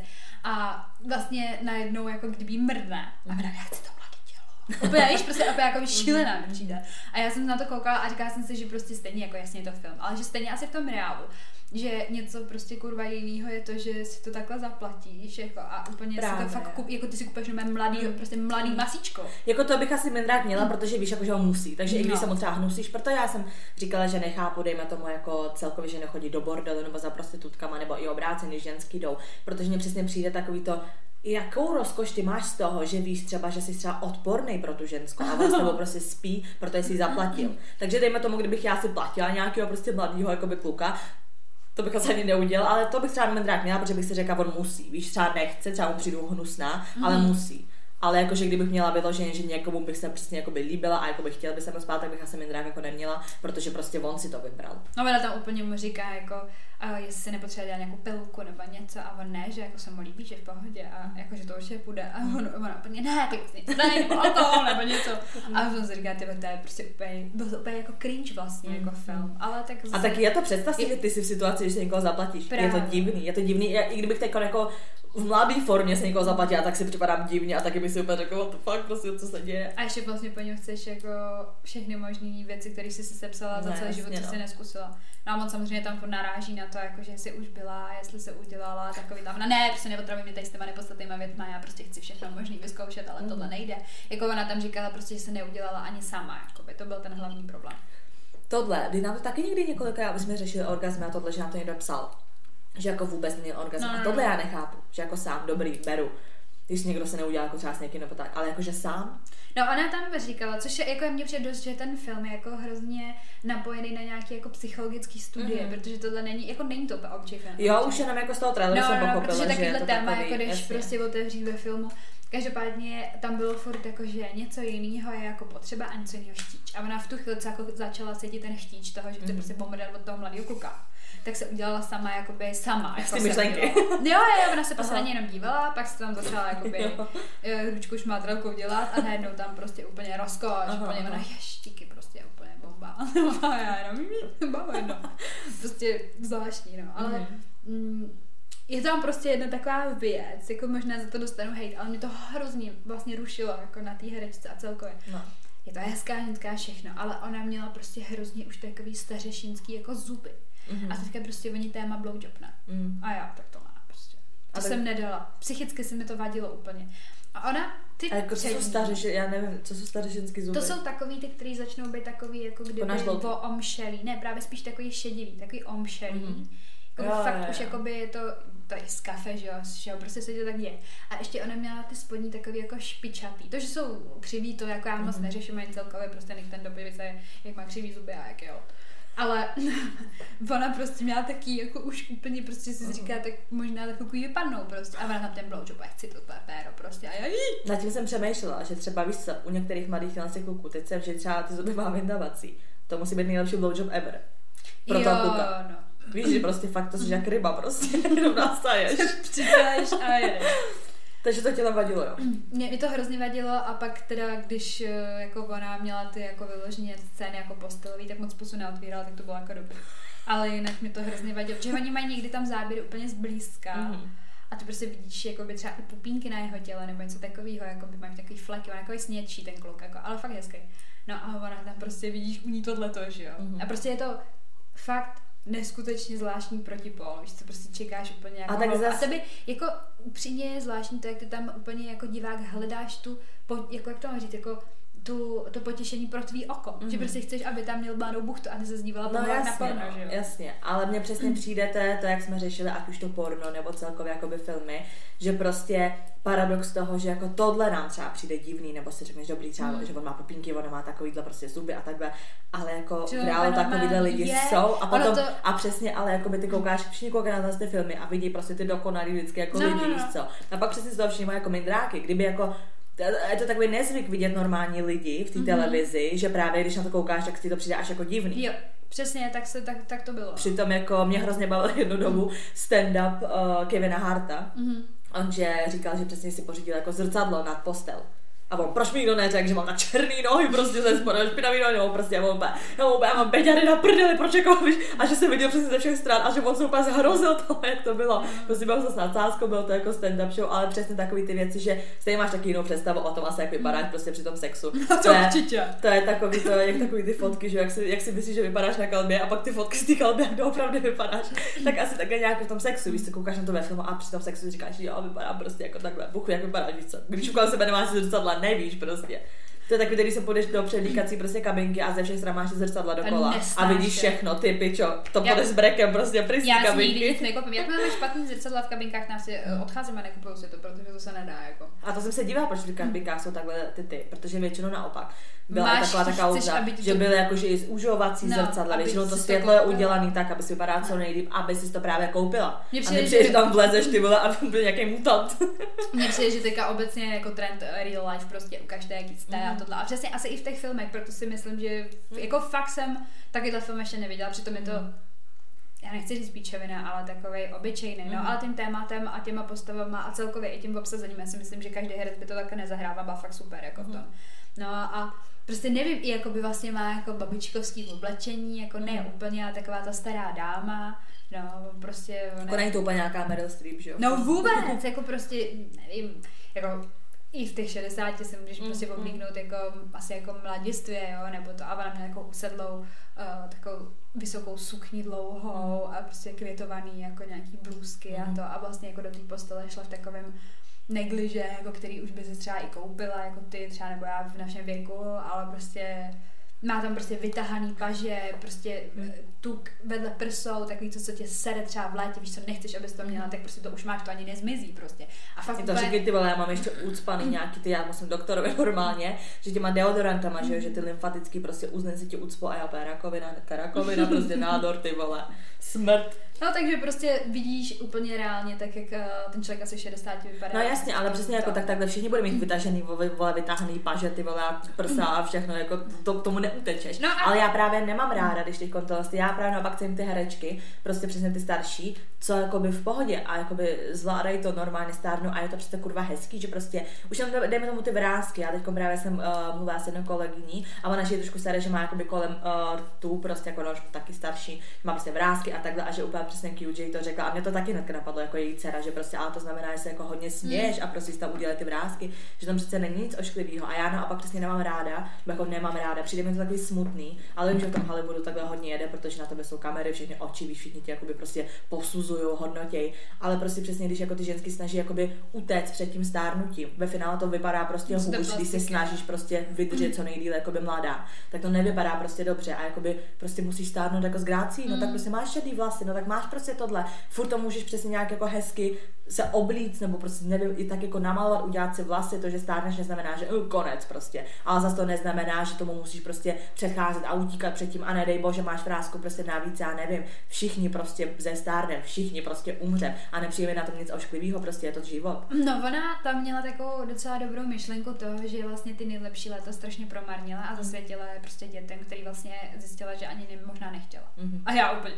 A vlastně najednou jako kdyby jí mrdne a ona, já chci to mladý tělo. Úplně, víš, prostě úplně jako šílená mi přijde. A já jsem na to koukala a říkala jsem si, že prostě stejně jako jasně je to film, ale že stejně asi v tom reálu. Že něco prostě kurva jinýho je to, že si to takhle zaplatíš jako a úplně Právě. si to fakt kup, jako ty si kupuješ nové mladý, mm. prostě mladý masíčko. Jako to bych asi mindrák měla, mm. protože víš, jako, že ho musí. Takže no. i když se mu třeba hnusíš, proto já jsem říkala, že nechápu, dejme tomu jako celkově, že nechodí do bordelu nebo za prostitutkama, nebo i obrácený ženský jdou, protože mně přesně přijde takový to, jakou rozkoš ty máš z toho, že víš třeba, že jsi třeba odpornej pro tu ženskou a on s tebou prostě spí, protože jsi zaplatil. Takže dejme tomu, kdybych já si platila nějakého prostě mladýho jakoby kluka, to bych asi ani neudělal, ale to bych třeba mindrák měla, protože bych si řekla, on musí. Víš, třeba nechce, třeba mu přijdu hnusná, mm. ale musí. Ale jakože kdybych měla vyloženě, že někomu bych se přesně jakoby líbila a jakoby chtěla by se mnou spát, tak bych asi mindrák jako neměla, protože prostě on si to vybral. No ona tam úplně mu říká jako, a jestli si nepotřebuje dělat nějakou pilku nebo něco a on ne, že jako se mu líbí, že v pohodě a jako, že to určitě půjde a on, on úplně ne, ty nic ne, nebo alkohol nebo něco. A on si říká, tyhle, to je prostě úplně, byl to úplně jako cringe vlastně mm. jako film, ale tak zase... A taky je to představ si, že ty jsi v situaci, že se někoho zaplatíš. Právě. Je to divný, je to divný, i kdybych teď jako v mladé formě se někoho zaplatila, tak si připadám divně a taky bych si úplně řekla, what the fuck, prostě, co se děje. A ještě vlastně po něm chceš jako všechny možné věci, které jsi si sepsala za celý život, co no. jsi neskusila. No a on samozřejmě tam furt naráží na to, jako, že jsi už byla, jestli se udělala, takový tam, no ne, prostě nepotřebuji mě tady s těma nepodstatnýma věcma, já prostě chci všechno možný vyzkoušet, ale mm. tohle nejde. Jako ona tam říkala prostě, že se neudělala ani sama, jakoby, to byl ten hlavní problém. Tohle, kdy nám to taky někdy několikrát, aby jsme řešili orgasmy a tohle, že nám to někdo psal. Že jako vůbec neměl orgasm. No, no, a tohle já nechápu, že jako sám, dobrý, beru. Když někdo se neudělá jako třeba s někým nebo tak, ale jakože sám. No ona tam říkala, což je jako mně přijde dost, že ten film je jako hrozně napojený na nějaký jako psychologický studie, mm-hmm. protože tohle není, jako není to občí film. Jo, už jenom jako z toho traileru no, jsem no, pochopila, protože že takovýhle je to téma, takový, jako když jasně. prostě otevřít ve filmu. Každopádně tam bylo furt jako, že něco jiného je jako potřeba a něco jiného štíč. A ona v tu chvíli jako začala cítit ten štíč toho, že chce mm-hmm. prostě pomrdal od toho mladého kluka. Tak se udělala sama, jakoby sama. Jako ty myšlenky. Jo, jo, ona se prostě na něj jenom dívala, pak se tam začala jakoby hručku šmátrelkou dělat a najednou tam prostě úplně rozkoš, aha, úplně ona ještíky prostě úplně bomba. A já jenom bomba, no. Prostě zvláštní, no. Ale mm, je tam prostě jedna taková věc, jako možná za to dostanu hejt, ale mě to hrozně vlastně rušilo jako na té herečce a celkově. No. Je to hezká, hezká všechno, ale ona měla prostě hrozně už takový stařešínský jako zuby. Mm-hmm. A teďka prostě oni téma blowjob, ne? Mm. A já, tak to má prostě. To tak... jsem nedala. Psychicky se mi to vadilo úplně. A ona, ty a jako co jsou stařeši, já nevím, co jsou stařešinský zuby? To jsou takový ty, který začnou být takový, jako kdyby po omšelý. Ne, právě spíš takový šedivý, takový omšelý. Mm-hmm. Jako jo, fakt jo, jo. Už jakoby je to, to je z kafe, že jo, že jo, prostě se to tak děje. A ještě ona měla ty spodní takový jako špičatý. To, že jsou křiví, to jako já moc mm-hmm. neřeším, ani celkově prostě nech ten dopivice, jak má křivý zuby a jak jo. Ale ona prostě měla taky jako už úplně prostě si říká, tak možná tak chvilku vypadnou prostě. A ona tam ten blowjob, a chci to péro prostě. A já jí. Nad tím jsem přemýšlela, že třeba víš co, u některých mladých finančních kluků, teď jsem, že třeba ty zuby má vyndavací. To musí být nejlepší blowjob ever. Pro jo, toho kluka. No. Víš, že prostě fakt to jsi jak ryba prostě, jenom nastaješ. Přitáš a jedeš. Takže to tě tam vadilo, jo? Mě, mě to hrozně vadilo a pak teda, když jako ona měla ty jako vyloženě scény jako postelový, tak moc pusu neotvírala, tak to bylo jako dobrý. Ale jinak mě to hrozně vadilo, protože oni mají někdy tam záběry úplně zblízka mm-hmm. a ty prostě vidíš jakoby třeba i pupínky na jeho těle nebo něco takového, jakoby máš takový fleky, on jako snědčí ten kluk, jako, ale fakt hezký. No a ona tam prostě vidíš u ní tohleto, že jo? Mm-hmm. A prostě je to fakt neskutečně zvláštní protipol, víš co, prostě čekáš úplně jako... A tak zase... A tebe, jako upřímně je zvláštní to, jak ty tam úplně jako divák hledáš tu, po, jako jak to mám říct, jako tu, to potěšení pro tvý oko, mm-hmm. že prostě chceš, aby tam měl mladou buchtu a ty se zdívala no, na porno, no, že jo? Jasně, ale mně přesně mm. přijde to, to, jak jsme řešili, ať už to porno nebo celkově jakoby filmy, že prostě paradox toho, že jako tohle nám třeba přijde divný, nebo si řekneš dobrý třeba, mm. že on má popínky, on má takovýhle prostě zuby a takhle, ale jako v reálu takovýhle lidi je. Jsou a potom, to... a přesně, ale jako by ty koukáš, všichni koukají na ty filmy a vidí prostě ty dokonalý vždycky jako no, lidi, no, no. víš co. A pak přesně z toho všimá jako mindráky, kdyby jako je to takový nezvyk vidět normální lidi v té mm-hmm. televizi, že právě když na to koukáš, tak ti to přijde až jako divný. Jo, přesně, tak, se, tak, tak to bylo. Přitom jako mě hrozně bavil jednu dobu stand-up uh, Kevina Harta. Mm-hmm. On že říkal, že přesně si pořídil jako zrcadlo nad postel. A on, proč mi nikdo neřekl, že mám na černý nohy prostě ze spoda, špinavý nohy, nebo prostě já mám úplně, já mám, já mám beďary na prdeli, proč jako, víš, a že jsem viděl přesně ze všech stran a že on se úplně zhrozil toho, jak to bylo. Prostě byl to s nadsázkou, bylo to jako stand-up show, ale přesně takový ty věci, že stejně máš taky jinou představu o tom asi, jak vypadáš prostě při tom sexu. No to je, určitě. To je takový, to je jak takový ty fotky, že jak si, jak si myslíš, že vypadáš na kalbě a pak ty fotky z té kalby, jak doopravdy vypadáš, tak asi takhle nějak v tom sexu, víš, se koukáš na to ve filmu a při tom sexu říkáš, jo, vypadá prostě jako takhle, buchu, jak vypadáš, víš co. Když kolem sebe nemáš zrcadla, nevíš prostě. To je takový, když se půjdeš do předlíkací prostě kabinky a ze všech stran máš zrcadla dokola a vidíš všechno, ty pičo, to půjdeš s brekem prostě prý já kabinky. Já si nikdy nekoupím. Jak máme špatný zrcadla v kabinkách, nás si odcházíme a nekupují si to, protože to se nedá jako. A to jsem se dívala, proč v kabinkách jsou takhle ty ty, protože většinou naopak. Byla máš, taková ta kauza, že to... byly jakože i zúžovací no, zrcadla, většinou to světlo je udělaný tak, aby si vypadala co nejlíp, aby si to právě koupila. Mně přijde, a nepřijde, že tam vlezeš ty vole a byl nějaký mutant. Mně přijde, že teďka obecně jako trend real life prostě ukažte, jaký jste a tohle. A přesně asi i v těch filmech, proto si myslím, že jako fakt jsem takovýhle film ještě neviděla, přitom je to, já nechci říct píčovina, ale takovej obyčejný, no, ale tím tématem a těma postavama a celkově i tím obsazením, já si myslím, že každý herec by to takhle nezahrával, byla fakt super jako v tom. No a prostě nevím, i jako by vlastně má jako babičkovský oblečení, jako ne úplně, ale taková ta stará dáma, no prostě... Jako není to úplně nějaká Meryl Streep, že jo? No vůbec, jako prostě, nevím, jako i v těch šedesáti se můžeš mm, prostě oblíknout jako, asi jako mladistvě, jo, nebo to, a ona měla jako usedlou uh, takovou vysokou sukni dlouhou a prostě květovaný jako nějaký blůzky mm. a to a vlastně jako do té postele šla v takovém negliže, jako který už by si třeba i koupila, jako ty třeba nebo já v našem věku, ale prostě má tam prostě vytahaný paže, prostě mm. tuk vedle prsou, takový to, co tě sere třeba v létě, víš co, nechceš, abys to měla, tak prostě to už máš, to ani nezmizí prostě. A fakt je to úplně... říkají ty vole, já mám ještě ucpaný mm. nějaký, ty já musím doktorovi normálně, že těma deodorantama, mm. že, že ty lymfatický prostě uzlen si tě ucpo a já opět rakovina, rakovina, prostě nádor, ty vole, smrt. No takže prostě vidíš úplně reálně tak, jak uh, ten člověk asi šedesát vypadá. No jasně, ale přesně jako tak takhle všichni budeme mít vytažený, vole, vytáhaný paže, ty vole, prsa a všechno, jako to, tomu neutečeš. No a... Ale já právě nemám ráda, když teď kontrolosti, já právě naopak chcem ty herečky, prostě přesně ty starší, co jakoby v pohodě a jakoby zvládají to normálně stárnu a je to přece kurva hezký, že prostě už tam dejme tomu ty vrásky, já teď právě jsem uh, mluvila s jednou kolegyní a ona je trošku staré, že má jakoby kolem uh, tu prostě jako nož taky starší, má prostě vrásky a takhle a že úplně přesně Q J to řekla a mě to taky hnedka napadlo jako její dcera, že prostě ale to znamená, že se jako hodně směješ a prostě si tam udělají ty vrásky, že tam přece není nic ošklivého a já naopak přesně nemám ráda, jako nemám ráda, přijde mi to takový smutný, ale vím, že v tom Hollywoodu takhle hodně jede, protože na tebe jsou kamery, všechny oči, víš, všichni tě jakoby prostě posuzují, hodnotěj, ale prostě přesně když jako ty ženský snaží jakoby utéct před tím stárnutím, ve finále to vypadá prostě hůř, když se snažíš prostě vydržet co nejdýle jakoby mladá, tak to nevypadá prostě dobře a jakoby prostě musíš stárnout jako s grácí, no tak prostě máš šedý vlasy, no tak máš prostě tohle, furt to můžeš přesně nějak jako hezky se oblíct, nebo prostě nevím, i tak jako namalovat, udělat si vlasy, to, že stárneš neznamená, že uh, konec prostě, ale zase to neznamená, že tomu musíš prostě předcházet a utíkat před tím a nedej bože, máš vrásku prostě navíc, já nevím, všichni prostě ze stárnem, všichni prostě umře a nepřijde na tom nic ošklivého, prostě je to život. No ona tam měla takovou docela dobrou myšlenku toho, že vlastně ty nejlepší léta strašně promarnila a zasvětila prostě dětem, který vlastně zjistila, že ani ne, možná nechtěla. Mm-hmm. A já úplně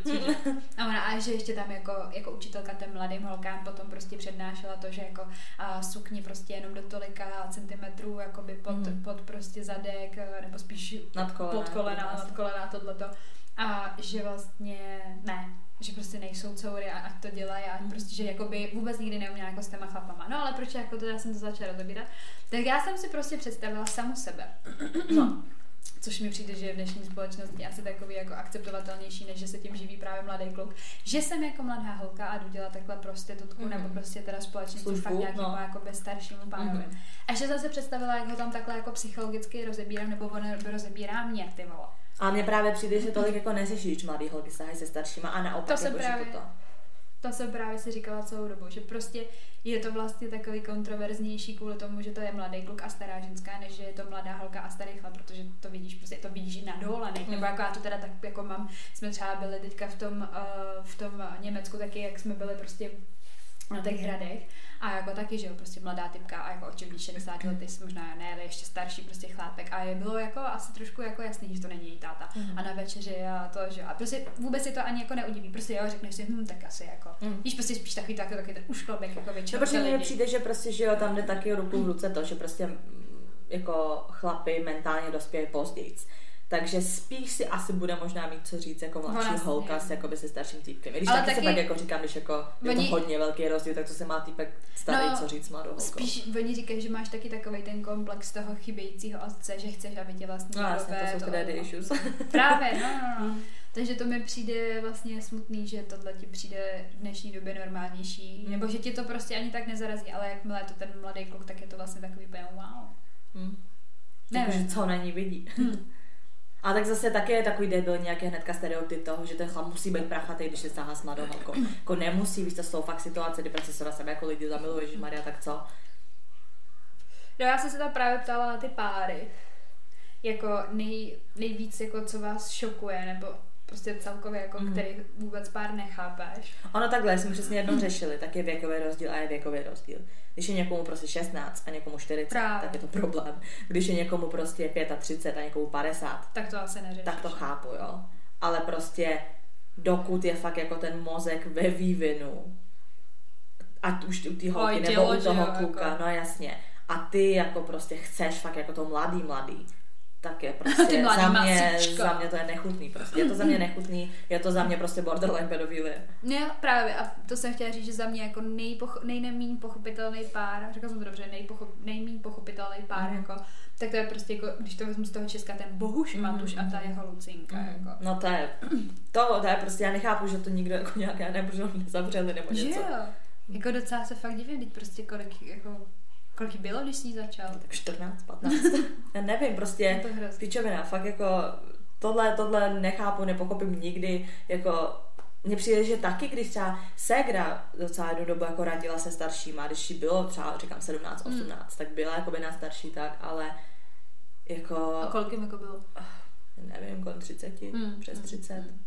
a ona, a že ještě tam jako, jako učitelka těm mladým holkám potom prostě přednášela to, že jako a sukni prostě jenom do tolika centimetrů jakoby pod, mm. pod prostě zadek, nebo spíš nad kolena, pod kolena, nad kolena, tohleto. A že vlastně ne, že prostě nejsou coury a ať to dělají a mm. prostě, že jakoby vůbec nikdy neuměla jako s těma chlapama. No ale proč jako teda jsem to začala rozebírat? Tak já jsem si prostě představila samu sebe. No. Což mi přijde, že v dnešní společnosti je asi takový jako akceptovatelnější, než že se tím živí právě mladý kluk. Že jsem jako mladá holka a jdu dělat takhle prostitutku mm. nebo prostě teda společnosti fakt nějakému no. jako staršímu pánovi. Mm. A že jsem se představila, jak ho tam takhle jako psychologicky rozebírám, nebo on rozebírá mě, ty vole. A mně právě přijde, že tolik jako neřeší, když mladý holky sahají se staršíma a naopak to jako právě, to. To jsem právě si říkala celou dobu, že prostě je to vlastně takový kontroverznější kvůli tomu, že to je mladý kluk a stará ženská, než že je to mladá holka a starý chlap, protože to vidíš, prostě to vidíš i na dovolených, mm. nebo jako já to teda tak jako mám, jsme třeba byli teďka v tom, uh, v tom Německu taky, jak jsme byli prostě na těch hradech a jako taky, že jo, prostě mladá typka a jako očivní šedesát let, možná ne, ale ještě starší prostě chlápek a je bylo jako asi trošku jako jasný, že to není její táta mm. a na večeři a to, že jo, a prostě vůbec si to ani jako neudiví, prostě jo, řekneš si, hm, tak asi jako, mm. víš, prostě spíš takový, takový, takový ten ušklobek, jako většinou. No, protože mně přijde, že prostě, že jo, tam jde taky ruku v ruce to, že prostě jako chlapi mentálně dospějí později. Takže spíš si asi bude možná mít co říct jako mladší vlastně, holka s jakoby se starším týpkem. Když taky, taky se tak jako říkám, když jako je oni, to hodně velký rozdíl, tak co se má týpek starý, no, co říct mladou holkou. Spíš oni říkají, že máš taky takovej ten komplex toho chybějícího otce, že chceš, aby tě vlastně no, jasně, to jsou daddy issues. Právě, no, no, no. Takže to mi přijde vlastně smutný, že tohle ti přijde v dnešní době normálnější, hmm. nebo že ti to prostě ani tak nezarazí, ale jakmile je to ten mladý kluk, tak je to vlastně takový úplně wow. Hmm. Nevím. Co na ní vidí. Hmm. A tak zase taky je takový debil nějaký hnedka stereotyp toho, že ten chlap musí být prachatý, když se stáhá s mladou holkou. Jako nemusí, víš, to jsou fakt situace, kdy prostě se na sebe jako lidi zamiluje, ježišmarja, tak co? No já jsem se tam právě ptala na ty páry. Jako nej, nejvíc, jako co vás šokuje, nebo prostě celkově, jako mm. který vůbec pár nechápeš. Ono takhle, jsme přesně jednou řešili, tak je věkový rozdíl a je věkový rozdíl. Když je někomu prostě šestnáct a někomu čtyřicet, Právě. tak je to problém. Když je někomu prostě třicet pět a někomu padesát, tak to asi neřešíš. Tak to chápu, jo. Ale prostě dokud je fakt jako ten mozek ve vývinu, ať už u té holky nebo u toho kluka, jako. No jasně. A ty jako prostě chceš fakt jako to mladý mladý, tak je prostě za mě, za mě to je nechutný prostě. Je to za mě nechutný, je to za mě prostě borderline pedofilie. Ne, právě a to jsem chtěla říct, že za mě jako nejpoch- nejnemíň pochopitelný pár, řekla jsem to dobře, nejpochop- nejmíň pochopitelný pár, mm. jako, tak to je prostě jako, když to vezmu z toho Česka, ten Bohuš Matuš mm. a ta jeho Lucinka. Mm. Jako. No to je, to, to je prostě, já nechápu, že to nikdo jako nějak, já nevím, že ho nezavřeli nebo něco. Že jo, jako docela se fakt divím, teď prostě kolik, jako kolik bylo, když jsi začal? Tak čtrnáct, patnáct. Já nevím, prostě pičovina, fakt jako tohle, tohle nechápu, nepochopím nikdy, jako mně přijde, že taky, když třeba ségra docela jednu dobu jako radila se staršíma, když jí bylo třeba, říkám, sedmnáct, osmnáct, mm. tak byla jako by na starší tak, ale jako... A kolik jim jako bylo? Nevím, kolem třicet, mm. přes třicet. Mm.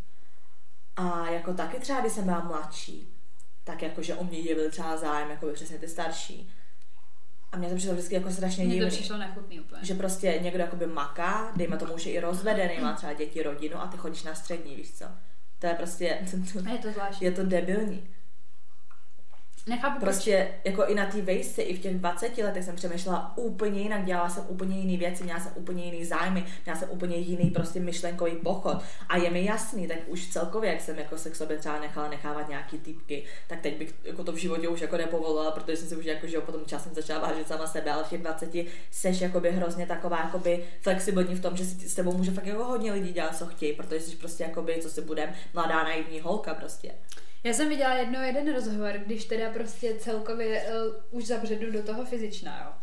A jako taky třeba, když jsem byla mladší, tak jako, že o mě jevil třeba zájem, jako by přesně ty starší. A mě to přišlo vždycky jako strašně divný. Mně to přišlo nechutný úplně. Že prostě někdo jakoby maká, dejme tomu, že i rozvedený, má třeba děti, rodinu a ty chodíš na střední, víš co? To je prostě... je to zvláštní. Je to debilní. Nechápu, prostě proč? Jako i na té vejšce, i v těch dvaceti letech jsem přemýšlela úplně jinak, dělala jsem úplně jiný věci, měla jsem úplně jiný zájmy, měla jsem úplně jiný prostě myšlenkový pochod a je mi jasný, tak už celkově, jak jsem jako se k sobě třeba nechala nechávat nějaký typky, tak teď bych jako to v životě už jako nepovolila, protože jsem si už jako, že potom časem začala vážit sama sebe, ale v těch dvaceti seš jakoby hrozně taková jakoby flexibilní v tom, že si s tebou může fakt jako hodně lidí dělat, co chtějí, protože jsi prostě jakoby, co si budem, mladá naivní holka prostě. Já jsem viděla jednou jeden rozhovor, když teda prostě celkově uh, už zabředu do toho fyzična, jo.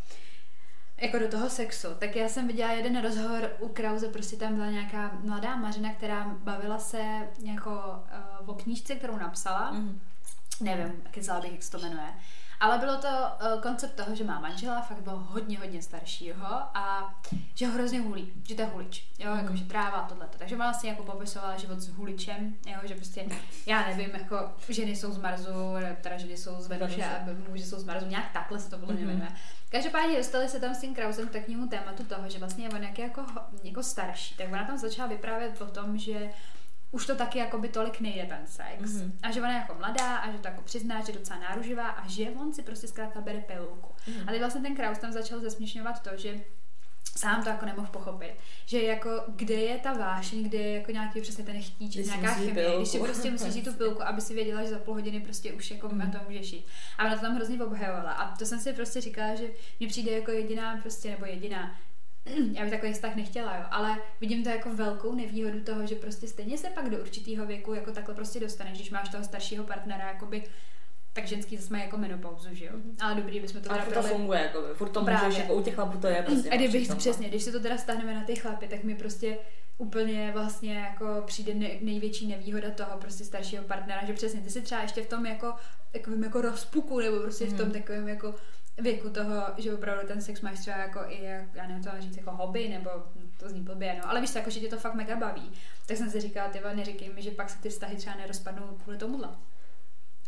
Jako do toho sexu. Tak já jsem viděla jeden rozhovor u Krause, prostě tam byla nějaká mladá Mařina, která bavila se jako uh, o knížce, kterou napsala. Mm. Nevím, jaký záběh, jak se to jmenuje. Ale bylo to uh, koncept toho, že má manžela, fakt byl hodně, hodně staršího a že ho hrozně hulí, že to je hulič, jo, mm. jako že tráva tohleto. Takže ona vlastně jako popisovala život s huličem, jo, že prostě, já nevím, jako ženy jsou z Marsu, teda ženy jsou z Venuše a muži jsou z Marsu, nějak takhle se to podle mě mm. jmenuje. Každopádně dostali se tam s tím Krausem k takovému tématu toho, že vlastně on jak je jako, jako starší, tak ona tam začala vyprávět o tom, že už to taky jako by tolik nejde ten sex. Mm-hmm. A že ona je jako mladá a že to jako přizná, že je docela náruživá a že on si prostě zkrátka bere pilulku. Mm-hmm. A teď vlastně ten Kraus tam začal zesměšňovat to, že sám to jako nemohl pochopit. Že jako kde je ta vášeň, kde je jako nějaký přesně ten chtíč, nějaká chemie, pilku. Když si prostě musíš jít tu pilku, aby si věděla, že za půl hodiny prostě už jako mm. na to můžeš jít. A ona to tam hrozně obhajovala. A to jsem si prostě říkala, že mi přijde jako jediná prostě, nebo jediná já bych takový vztah nechtěla, jo, ale vidím to jako velkou nevýhodu toho, že prostě stejně se pak do určitého věku jako takhle prostě dostaneš, když máš toho staršího partnera, jakoby, tak ženský zase mají jako menopauzu, že jo. Mm-hmm. Ale dobrý, bychom to teda to prali... funguje, jako furt to můžeš, jako u těch chlapů to je prostě. A kdybych přesně, když si to teda stáhneme na ty chlapy, tak mi prostě úplně vlastně jako přijde ne, největší nevýhoda toho prostě staršího partnera, že přesně ty si třeba ještě v tom jako, takovým jako rozpuku, nebo prostě mm-hmm. v tom takovém jako věku toho, že opravdu ten sex máš třeba jako i, já nevím to říct, jako hobby, nebo to zní blbě, no, ale víš, jako, že tě to fakt mega baví. Tak jsem si říkala, tyva, neříkej mi, že pak se ty vztahy třeba nerozpadnou kvůli tomuhle.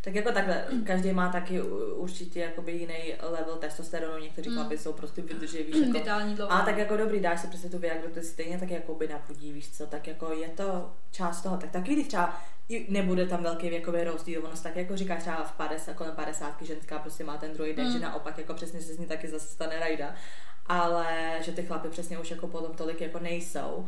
Tak jako takhle, každý má taky určitě jakoby jiný level testosteronu, někteří mm. chlapi jsou prostě vydrživí. Jako, vitální dlouho. A tak jako dobrý, dáš si prostě tu Viagru, to je stejně tak jakoby napudí, víš co, tak jako je to část toho, tak taky když třeba nebude tam velký věkový rozdíl, ono tak jako říká třeba v padesát, kolem padesátky ženská prostě má ten druhý den, mm. že naopak jako přesně se z ní taky zase stane rajda, ale že ty chlapy přesně už jako potom tolik jako nejsou.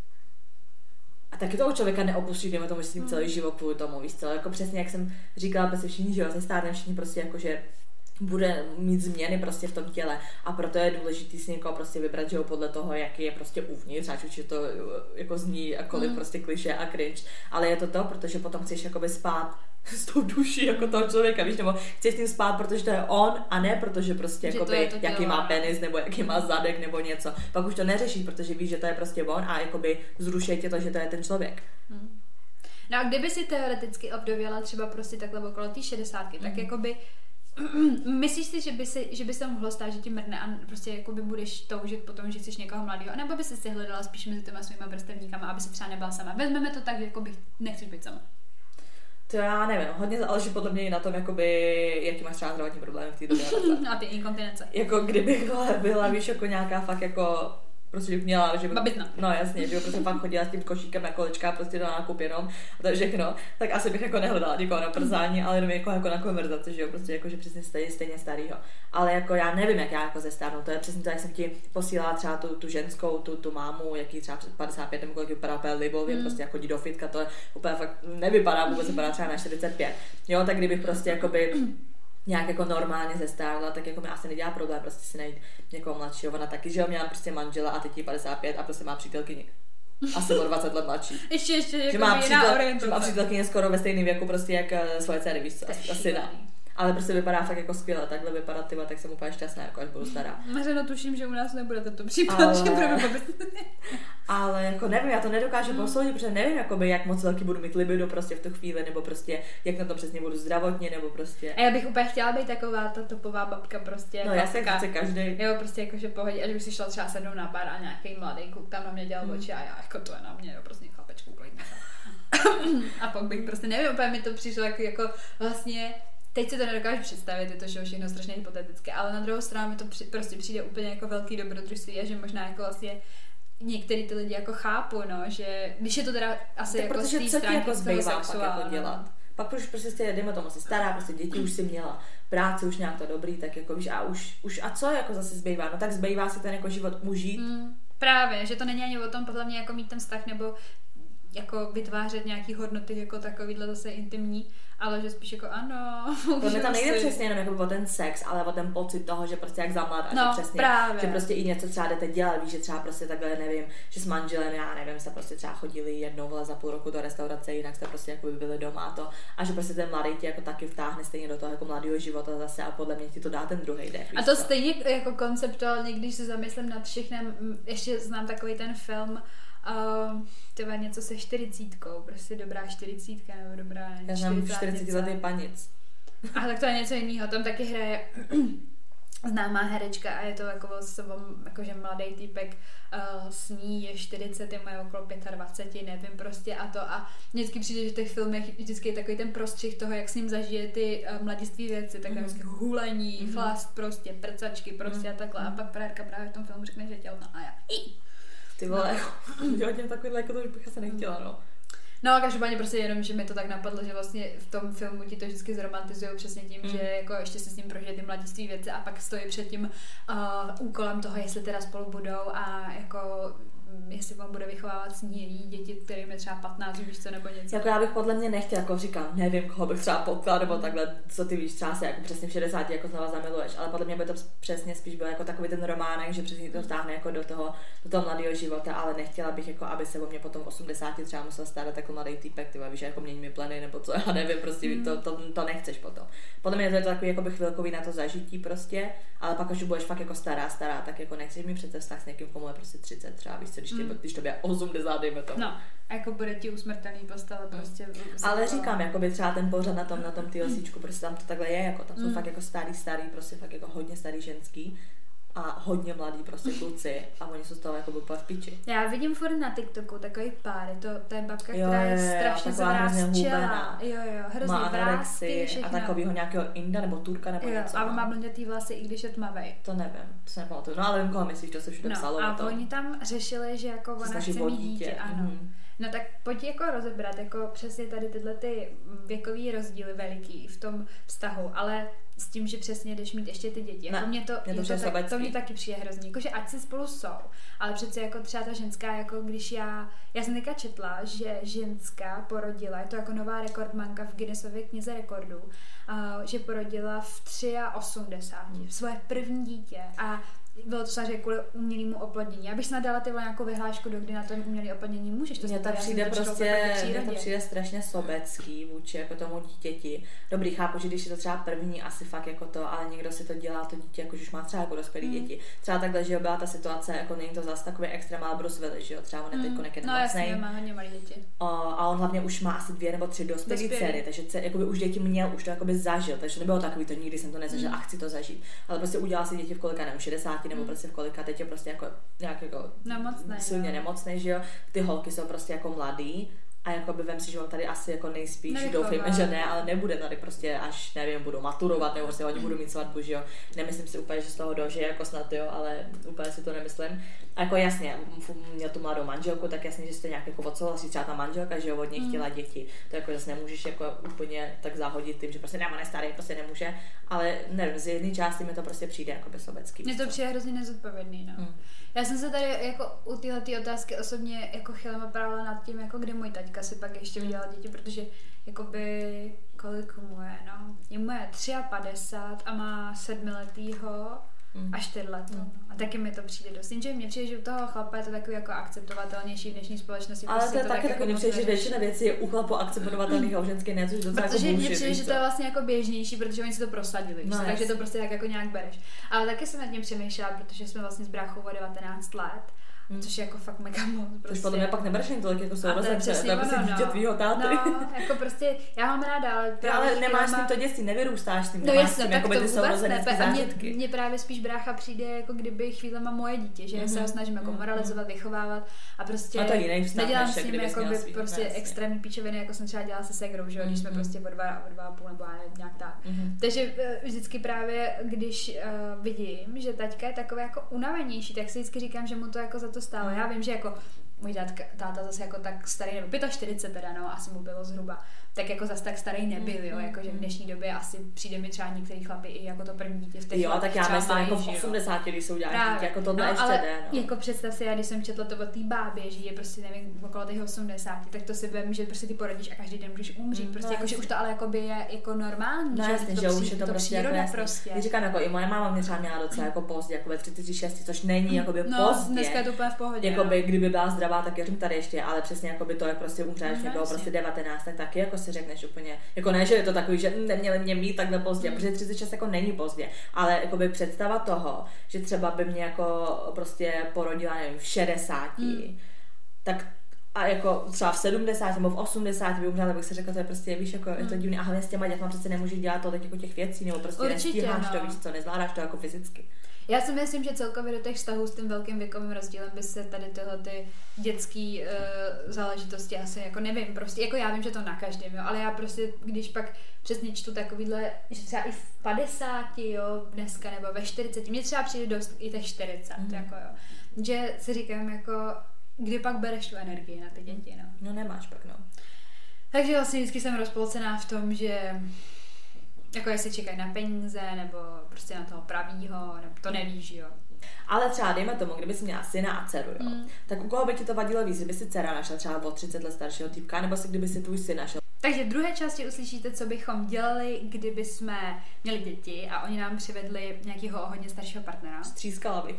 A taky toho člověka neopustí, dejme tomu, že s ním celý život kvůli tomu, víš co, jako přesně jak jsem říkala, prostě všichni, že jo, se stárnem všichni prostě jako, že bude mít změny prostě v tom těle a proto je důležitý si někoho prostě vybrat, že jo, podle toho, jaký je prostě uvnitř, ať už je to jako zní jakkoliv mm. prostě klišé a cringe, ale je to to, protože potom chceš jakoby spát s tou duší jako toho člověka, víš, nebo chceš s tím spát, protože to je on a ne protože prostě jakoby, to to jaký má penis nebo jaký má zadek nebo něco. Pak už to neřešíš, protože víš, že to je prostě on a jakoby zrušej tě to, že to je ten člověk. Hmm. No a kdyby si teoreticky obdověla třeba prostě takhle okolo té šedesátky, hmm. tak jakoby myslíš si, že by, si, že by se mohlo stát, že ti mrne a prostě jakoby budeš toužit potom, že chceš někoho mladého, nebo by si si hledala spíš mezi těma svýma vrstevníkama, aby si třeba nebyla sama. Vezmeme to tak, že jakoby nechceš být sama. To já nevím, hodně záleží podle mě i na tom, jakoby, jaký máš třeba zdravotní problémy v té době. A ty inkontinence. Jako kdybych byla, víš, jako nějaká fakt jako prostě měla, že by, no jasně, že by prostě fakt chodila s tím košíkem na kolečka prostě do nákup jenom a to je všechno, tak asi bych jako nehledala někoho na przání, ale jenom jako, jako na konverzaci, že jo, prostě jako, že přesně stejně, stejně starýho. Ale jako já nevím, jak já jako zestárnu, to je přesně to, jak jsem ti posílala třeba tu, tu ženskou, tu, tu mámu, jaký třeba před padesát pět nebo kolik vypadá úplně libově, mm. prostě jako chodí do fitka, to je úplně fakt nevypadá, vůbec vypadá třeba na čtyřicet pět, jo, tak kdybych prostě jakoby nějak jako normálně zestárla, tak jako mi asi nedělá problém prostě si najít někoho mladšího. Ona taky, že jo, měla prostě manžela a teď je padesát pět a prostě má přítelkyni. Asi o dvacet let mladší. Ještě, ještě, že jako má jiná přítel, že má přítelkyně skoro ve stejném věku prostě jak svoje dcery, víš co, asi ne. Ale prostě vypadá fakt jako skvěle, takhle vypadá tyva, tak jsem úplně šťastná, jako až budu stará. Mařeno, tuším, že u nás nebude tento případ, ale... že budeme ale jako nevím, já to nedokážu mm. posoudit, protože nevím, jakoby, jak moc velký budu mít libido prostě v tu chvíli, nebo prostě jak na to přesně budu zdravotně, nebo prostě. A já bych úplně chtěla být taková ta topová babka prostě. No já se chce každý. Jo, prostě jakože pohodě, až bych si šla třeba sednout na bar a nějaký mladý kluk tam na mě dělal mm. oči a já jako to je na mě, jo, prostě chlapečku, klidně. A pak bych prostě nevím, úplně mi to přišlo jako, jako vlastně. Teď si to nedokážu představit, je to že všechno strašně hypotetické, ale na druhou stranu mi to při, prostě přijde úplně jako velký dobrodružství a že možná jako vlastně některý ty lidi jako chápu, no, že když je to teda asi tak jako z té stránky jako zbývá pak jako dělat. Pak už prostě jste, dejme tomu, asi stará, prostě děti už si měla, práce už nějak to dobrý, tak jako víš, a už, už a co jako zase zbývá? No tak zbývá si ten jako život užít. Mm, právě, že to není ani o tom podle mě jako mít ten vztah nebo jako vytvářet nějaký hodnoty jako takovýhle zase intimní, ale že spíš jako ano. To mi tam nejde přesně jenom jako o ten sex, ale o ten pocit toho, že prostě jak zamlad a no, že přesně, právě. že prostě i něco třeba jdete dělat, víš, že třeba prostě takhle, nevím, že s manželem, já nevím, jste prostě třeba chodili jednou vole za půl roku do restaurace, jinak jste prostě jako by byli doma a to, a že prostě ten mladý tě jako taky vtáhne stejně do toho jako mladého života zase a podle mě ti to dá ten druhý dech. A to co? Stejně jako konceptuálně, když se zamyslím nad všechnem, ještě znám takový ten film, Uh, třeba něco se čtyřicítkou, prostě dobrá čtyřicítka nebo dobrá já znám čtyřicetiletý panic. A tak to je něco jiného, tam taky hraje známá herečka a je to jako, jakože mladý týpek uh, s ní je čtyřicet, je mají okolo dvacet pět, nevím prostě a to a vždycky přijde, že v těch filmech vždycky je takový ten prostřih toho, jak s ním zažije ty uh, mladiství věci, tak tam vždycky hulení, mm-hmm. chlast prostě, prcačky prostě mm-hmm. a takhle a pak právě, právě v tom filmu řekne, že je tělná a já ty vole, no. Dělat těm takovýhle, jako to už bych asi nechtěla, no. No, každopádně prostě jenom, že mi to tak napadlo, že vlastně v tom filmu ti to vždycky zromantizujou přesně tím, mm. že jako ještě si s ním prožije ty mladiství věci a pak stojí před tím uh, úkolem toho, jestli teda spolu budou a jako jestli on bude vychovávat s ní její děti, kterým je třeba patnáct, víš co, nebo něco. Jako já bych podle mě nechtěla, jako říkám, nevím, koho bych třeba potkala, nebo takhle, co ty víš, třeba se jako přesně v šedesáti jako znova zamiluješ, ale podle mě by to přesně spíš byl jako takový ten románek, že přesně to vtáhne jako do toho, do toho mladého života, ale nechtěla bych jako, aby se o mě potom v osmdesáti třeba musel starat jako mladý týpek, ty víš, jako mění mi pleny, nebo co, já nevím, prostě mm. to, to, to, nechceš potom. Podle mě to je to takový jako by chvilkový na to zažití prostě, ale pak až budeš fakt jako stará, stará, tak jako nechceš mi přece vztah s někým, komu je prostě třicet třeba, víš co, když, tě, mm. když to bude osmdesát, dejme tomu. No, a jako bude ti usmrtelný postele prostě. Mm. Ale říkám, jako by třeba ten pořad na tom, na tom TLCčku, prostě tam to takhle je, jako tam jsou mm. fakt jako starý, starý, prostě fakt jako hodně starý ženský. a hodně mladí prostě kluci a oni jsou z toho jako úplně v piči. Já vidím furt na TikToku takový páry, to, to je babka, jo, která je, je strašně zavrázčela. Jo, jo, hrozný vrásky, všechno. A takovýho nějakého Inda nebo Turka nebo jo, něco. A on má blondětý vlasy, i když je tmavej. To nevím, to se nepamatuju. No ale vím, koho myslíš, to se všude no, psalo. a to. oni tam řešili, že jako ona chce mít dítě, ano. Mm. No tak pojď jako rozebrat, jako přesně tady tyhle ty věkový rozdíly veliký v tom vztahu, ale s tím, že přesně jdeš mít ještě ty děti. Jako ne, mě to, mě to, to, tak, to mě taky přijde hrozný. Jakože ať se spolu jsou, ale přece jako třeba ta ženská, jako když já, já jsem teďka četla, že ženská porodila, je to jako nová rekordmanka v Guinnessově knize rekordů, uh, že porodila v osmdesáti tři svoje první dítě a bylo to samozřejmě kvůli umělému oplodnění. Já bych snad dala tyhle nějakou vyhlášku, do kdy na tom umělé oplodnění můžeš. To mně to přijde prostě, mně to přijde strašně sobecký vůči jako tomu dítěti. Dobrý, chápu, že když je to třeba první, asi fakt jako to, ale někdo si to dělá to dítě, jako už má třeba jako dospělý mm. děti. Třeba takhle, že jo, byla ta situace, jako není to zase takový extrém, ale Bruce Willis, že jo, třeba on je mm. teď no, nemocnej. No má hodně malé děti. O, a on hlavně už má asi dvě nebo tři dospělé dcery, takže ce, jakoby už děti měl, už to jakoby zažil, takže nebylo takový to, nikdy jsem to nezažil mm. a chci to zažít. Ale prostě udělal si děti v kolika, nevím, šedesáti nebo mm. prostě v kolika, teď je prostě jako nějak jako nemocnej, silně jo. nemocnej, že jo. Ty holky jsou prostě jako mladý a jakoby vem si, že on tady asi jako nejspíš, doufejme, že ne, ale nebude tady prostě až, nevím, budou maturovat, nebo prostě oni budou mít svatbu, že jo. Nemyslím si úplně, že z toho dožije jako snad, jo, ale úplně si to nemyslím. A jako jasně, měl tu mladou manželku, tak jasně, že jste nějak jako odsouhlasí, třeba ta manželka, že jo, od něj mm. chtěla děti. To jako zase nemůžeš jako úplně tak zahodit tím, že prostě ne, on je starý, prostě nemůže, ale nevím, z jedné části mi to prostě přijde jako besobecký. Mně to přijde hrozně nezodpovědný, no. Mm. Já jsem se tady jako u téhle otázky osobně jako chylem opravila nad tím, jako kdy můj taťka si pak ještě udělal děti, protože jakoby kolik mu je, no. Jemu je padesát tři a má sedmiletýho mm. a čtyřletou. Mm. A taky mi to přijde dost. Jenže mně přijde, že u toho chlapa je to takový jako akceptovatelnější v dnešní společnosti. Ale prostě to je taky tak takový, jako přijde, že většina věcí je u chlapu akceptovatelných a u ženské ne, což je docela protože jako mně bullshit. přijde, že to je vlastně jako běžnější, protože oni si to prosadili, no, takže to prostě tak jako nějak bereš. Ale taky jsem nad tím přemýšlela, protože jsme vlastně s bráchou o devatenáct let. Hmm. Což je jako fakt mega moc. Prostě. Což potom je pak nebereš jen tolik jako sourozenče, to je prostě dítě tvýho táty. No, jako prostě, já mám ráda, ale právě ale nemáš s tím to dětství, nevyrůstáš s tím, no nemáš jasno, s tím tak jako to ty sourozenecké zážitky. Mně právě spíš brácha přijde, jako kdyby chvílema moje dítě, že mm-hmm. se ho snažím jako moralizovat, vychovávat a prostě a to jiný vztah, nedělám s ním jako by svých, prostě extrémní píčoviny, jako jsem třeba dělala se segrou, že jo, když jsme mm-hmm. prostě o dva, o dva a půl nebo nějak tak. Mm-hmm. Takže vždycky právě, když uh, vidím, že taťka je takové jako unavenější, tak si vždycky říkám, že mu to jako za to stálo. Já vím, že jako můj tátka, táta zase jako tak starý, nebo čtyřicet pět teda, no, asi mu bylo zhruba, tak jako zase tak starý nebyl, jo, jakože v dnešní době asi přijde mi třeba některý chlapi i jako to první dítě v těch. Jo, tak já myslím jako v osmdesáti, když jsou dělat jako tohle no, ještě ale jde, no. Jako představ si, já když jsem četla to o té bábě, že je prostě nevím, okolo těch osmdesáti, tak to si vím, že prostě ty porodíš a každý den můžeš umřít, prostě no, jako, že už to ale jakoby je jako normální, no, že, jasně, to, že to už je to, to prostě jako jasný. Prostě. Když říkám, jako i moje máma mě třeba měla docela jako pozdě, jako ve třiceti šesti, což není jakoby no, pozdě. Dneska je to úplně v pohodě. Jakoby, no. Kdyby byla zdravá, tak věřím tady ještě, ale přesně jakoby to, jak prostě umřeš, mě bylo prostě devatenáct, tak taky jako si řekneš úplně, jako ne, že je to takový, že neměli mě mít takhle pozdě, mm. protože třicet šest jako není pozdě, ale jakoby představa toho, že třeba by mě jako prostě porodila, nevím, v šedesáti, mm. tak a jako třeba v sedmdesáti nebo v osmdesáti by umřela, tak bych si řekla, to je prostě, víš, jako mm. je to divný, a hlavně s těma dětma přece nemůžeš dělat tolik jako těch věcí, nebo prostě určitě, nestíháš no. to, víš co, nezvládáš to jako fyzicky. Já si myslím, že celkově do těch vztahů s tím velkým věkovým rozdílem by se tady tyhle ty dětský uh, záležitosti asi jako nevím, prostě jako já vím, že to na každém, jo, ale já prostě, když pak přesně čtu takovýhle, že třeba i v padesáti, jo, dneska nebo ve čtyřiceti, mně třeba přijde dost i těch čtyřicet, mm. jako jo, že si říkám jako, kdy pak bereš tu energii na ty děti, no. No nemáš pak, no. Takže vlastně vždycky jsem rozpolcená v tom, že jako jestli čekají na peníze, nebo prostě na toho pravýho, nebo to nevíš, jo. Ale třeba dejme tomu, kdyby jsi měla syna a dceru, jo, mm. tak u koho by ti to vadilo víc, kdyby si dcera našla třeba o třicet let staršího týpka, nebo si kdyby si tvůj syn našel. Takže v druhé části uslyšíte, co bychom dělali, kdyby jsme měli děti a oni nám přivedli nějakého hodně staršího partnera. Střískala bych.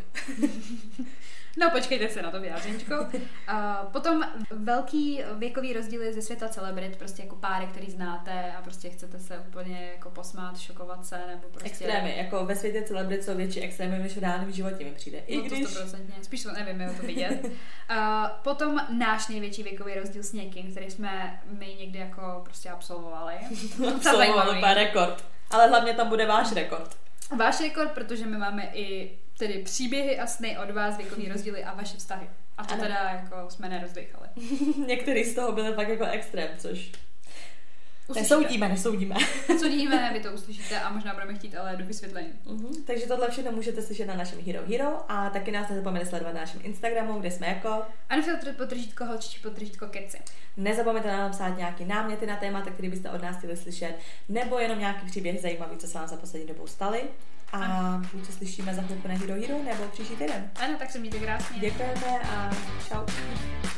No, počkejte se na to vyjádřeničko. Uh, potom velký věkový rozdíly ze světa celebrit, prostě jako páry, který znáte a prostě chcete se úplně jako posmát, šokovat se, nebo prostě... Extrémy, jako ve světě celebrit jsou větší extrémy, než v reálném životě mi přijde. I no to když... sto procent, spíš to nevím, jak to vidět. Uh, potom náš největší věkový rozdíl s někým, který jsme my někdy jako prostě absolvovali. Absolvovali, to je rekord. Ale hlavně tam bude váš rekord. Váš rekord, protože my máme i tedy příběhy a sny od vás, věkový rozdíly a vaše vztahy. A to ano. Teda jako jsme nerozdechali. Některý z toho byly fakt jako extrém, což nesoudíme, nesoudíme. Nesoudíme, vy to uslyšíte a možná budeme chtít ale do vysvětlení. Uh-huh. Takže tohle všechno můžete slyšet na našem Hero Hero a taky nás nezapomeňte sledovat na našem Instagramu, kde jsme jako Unfiltered podržítko holčičí podržítko keci. Nezapomeňte nám psát nějaké náměty na témata, které byste od nás chtěli slyšet, nebo jenom nějaký příběh zajímavý, co se vám za poslední dobou staly. A buď se slyšíme za chvilku na Hero Hero, nebo příští týden. Ano, tak se mějte krásně. Děkujeme a čau.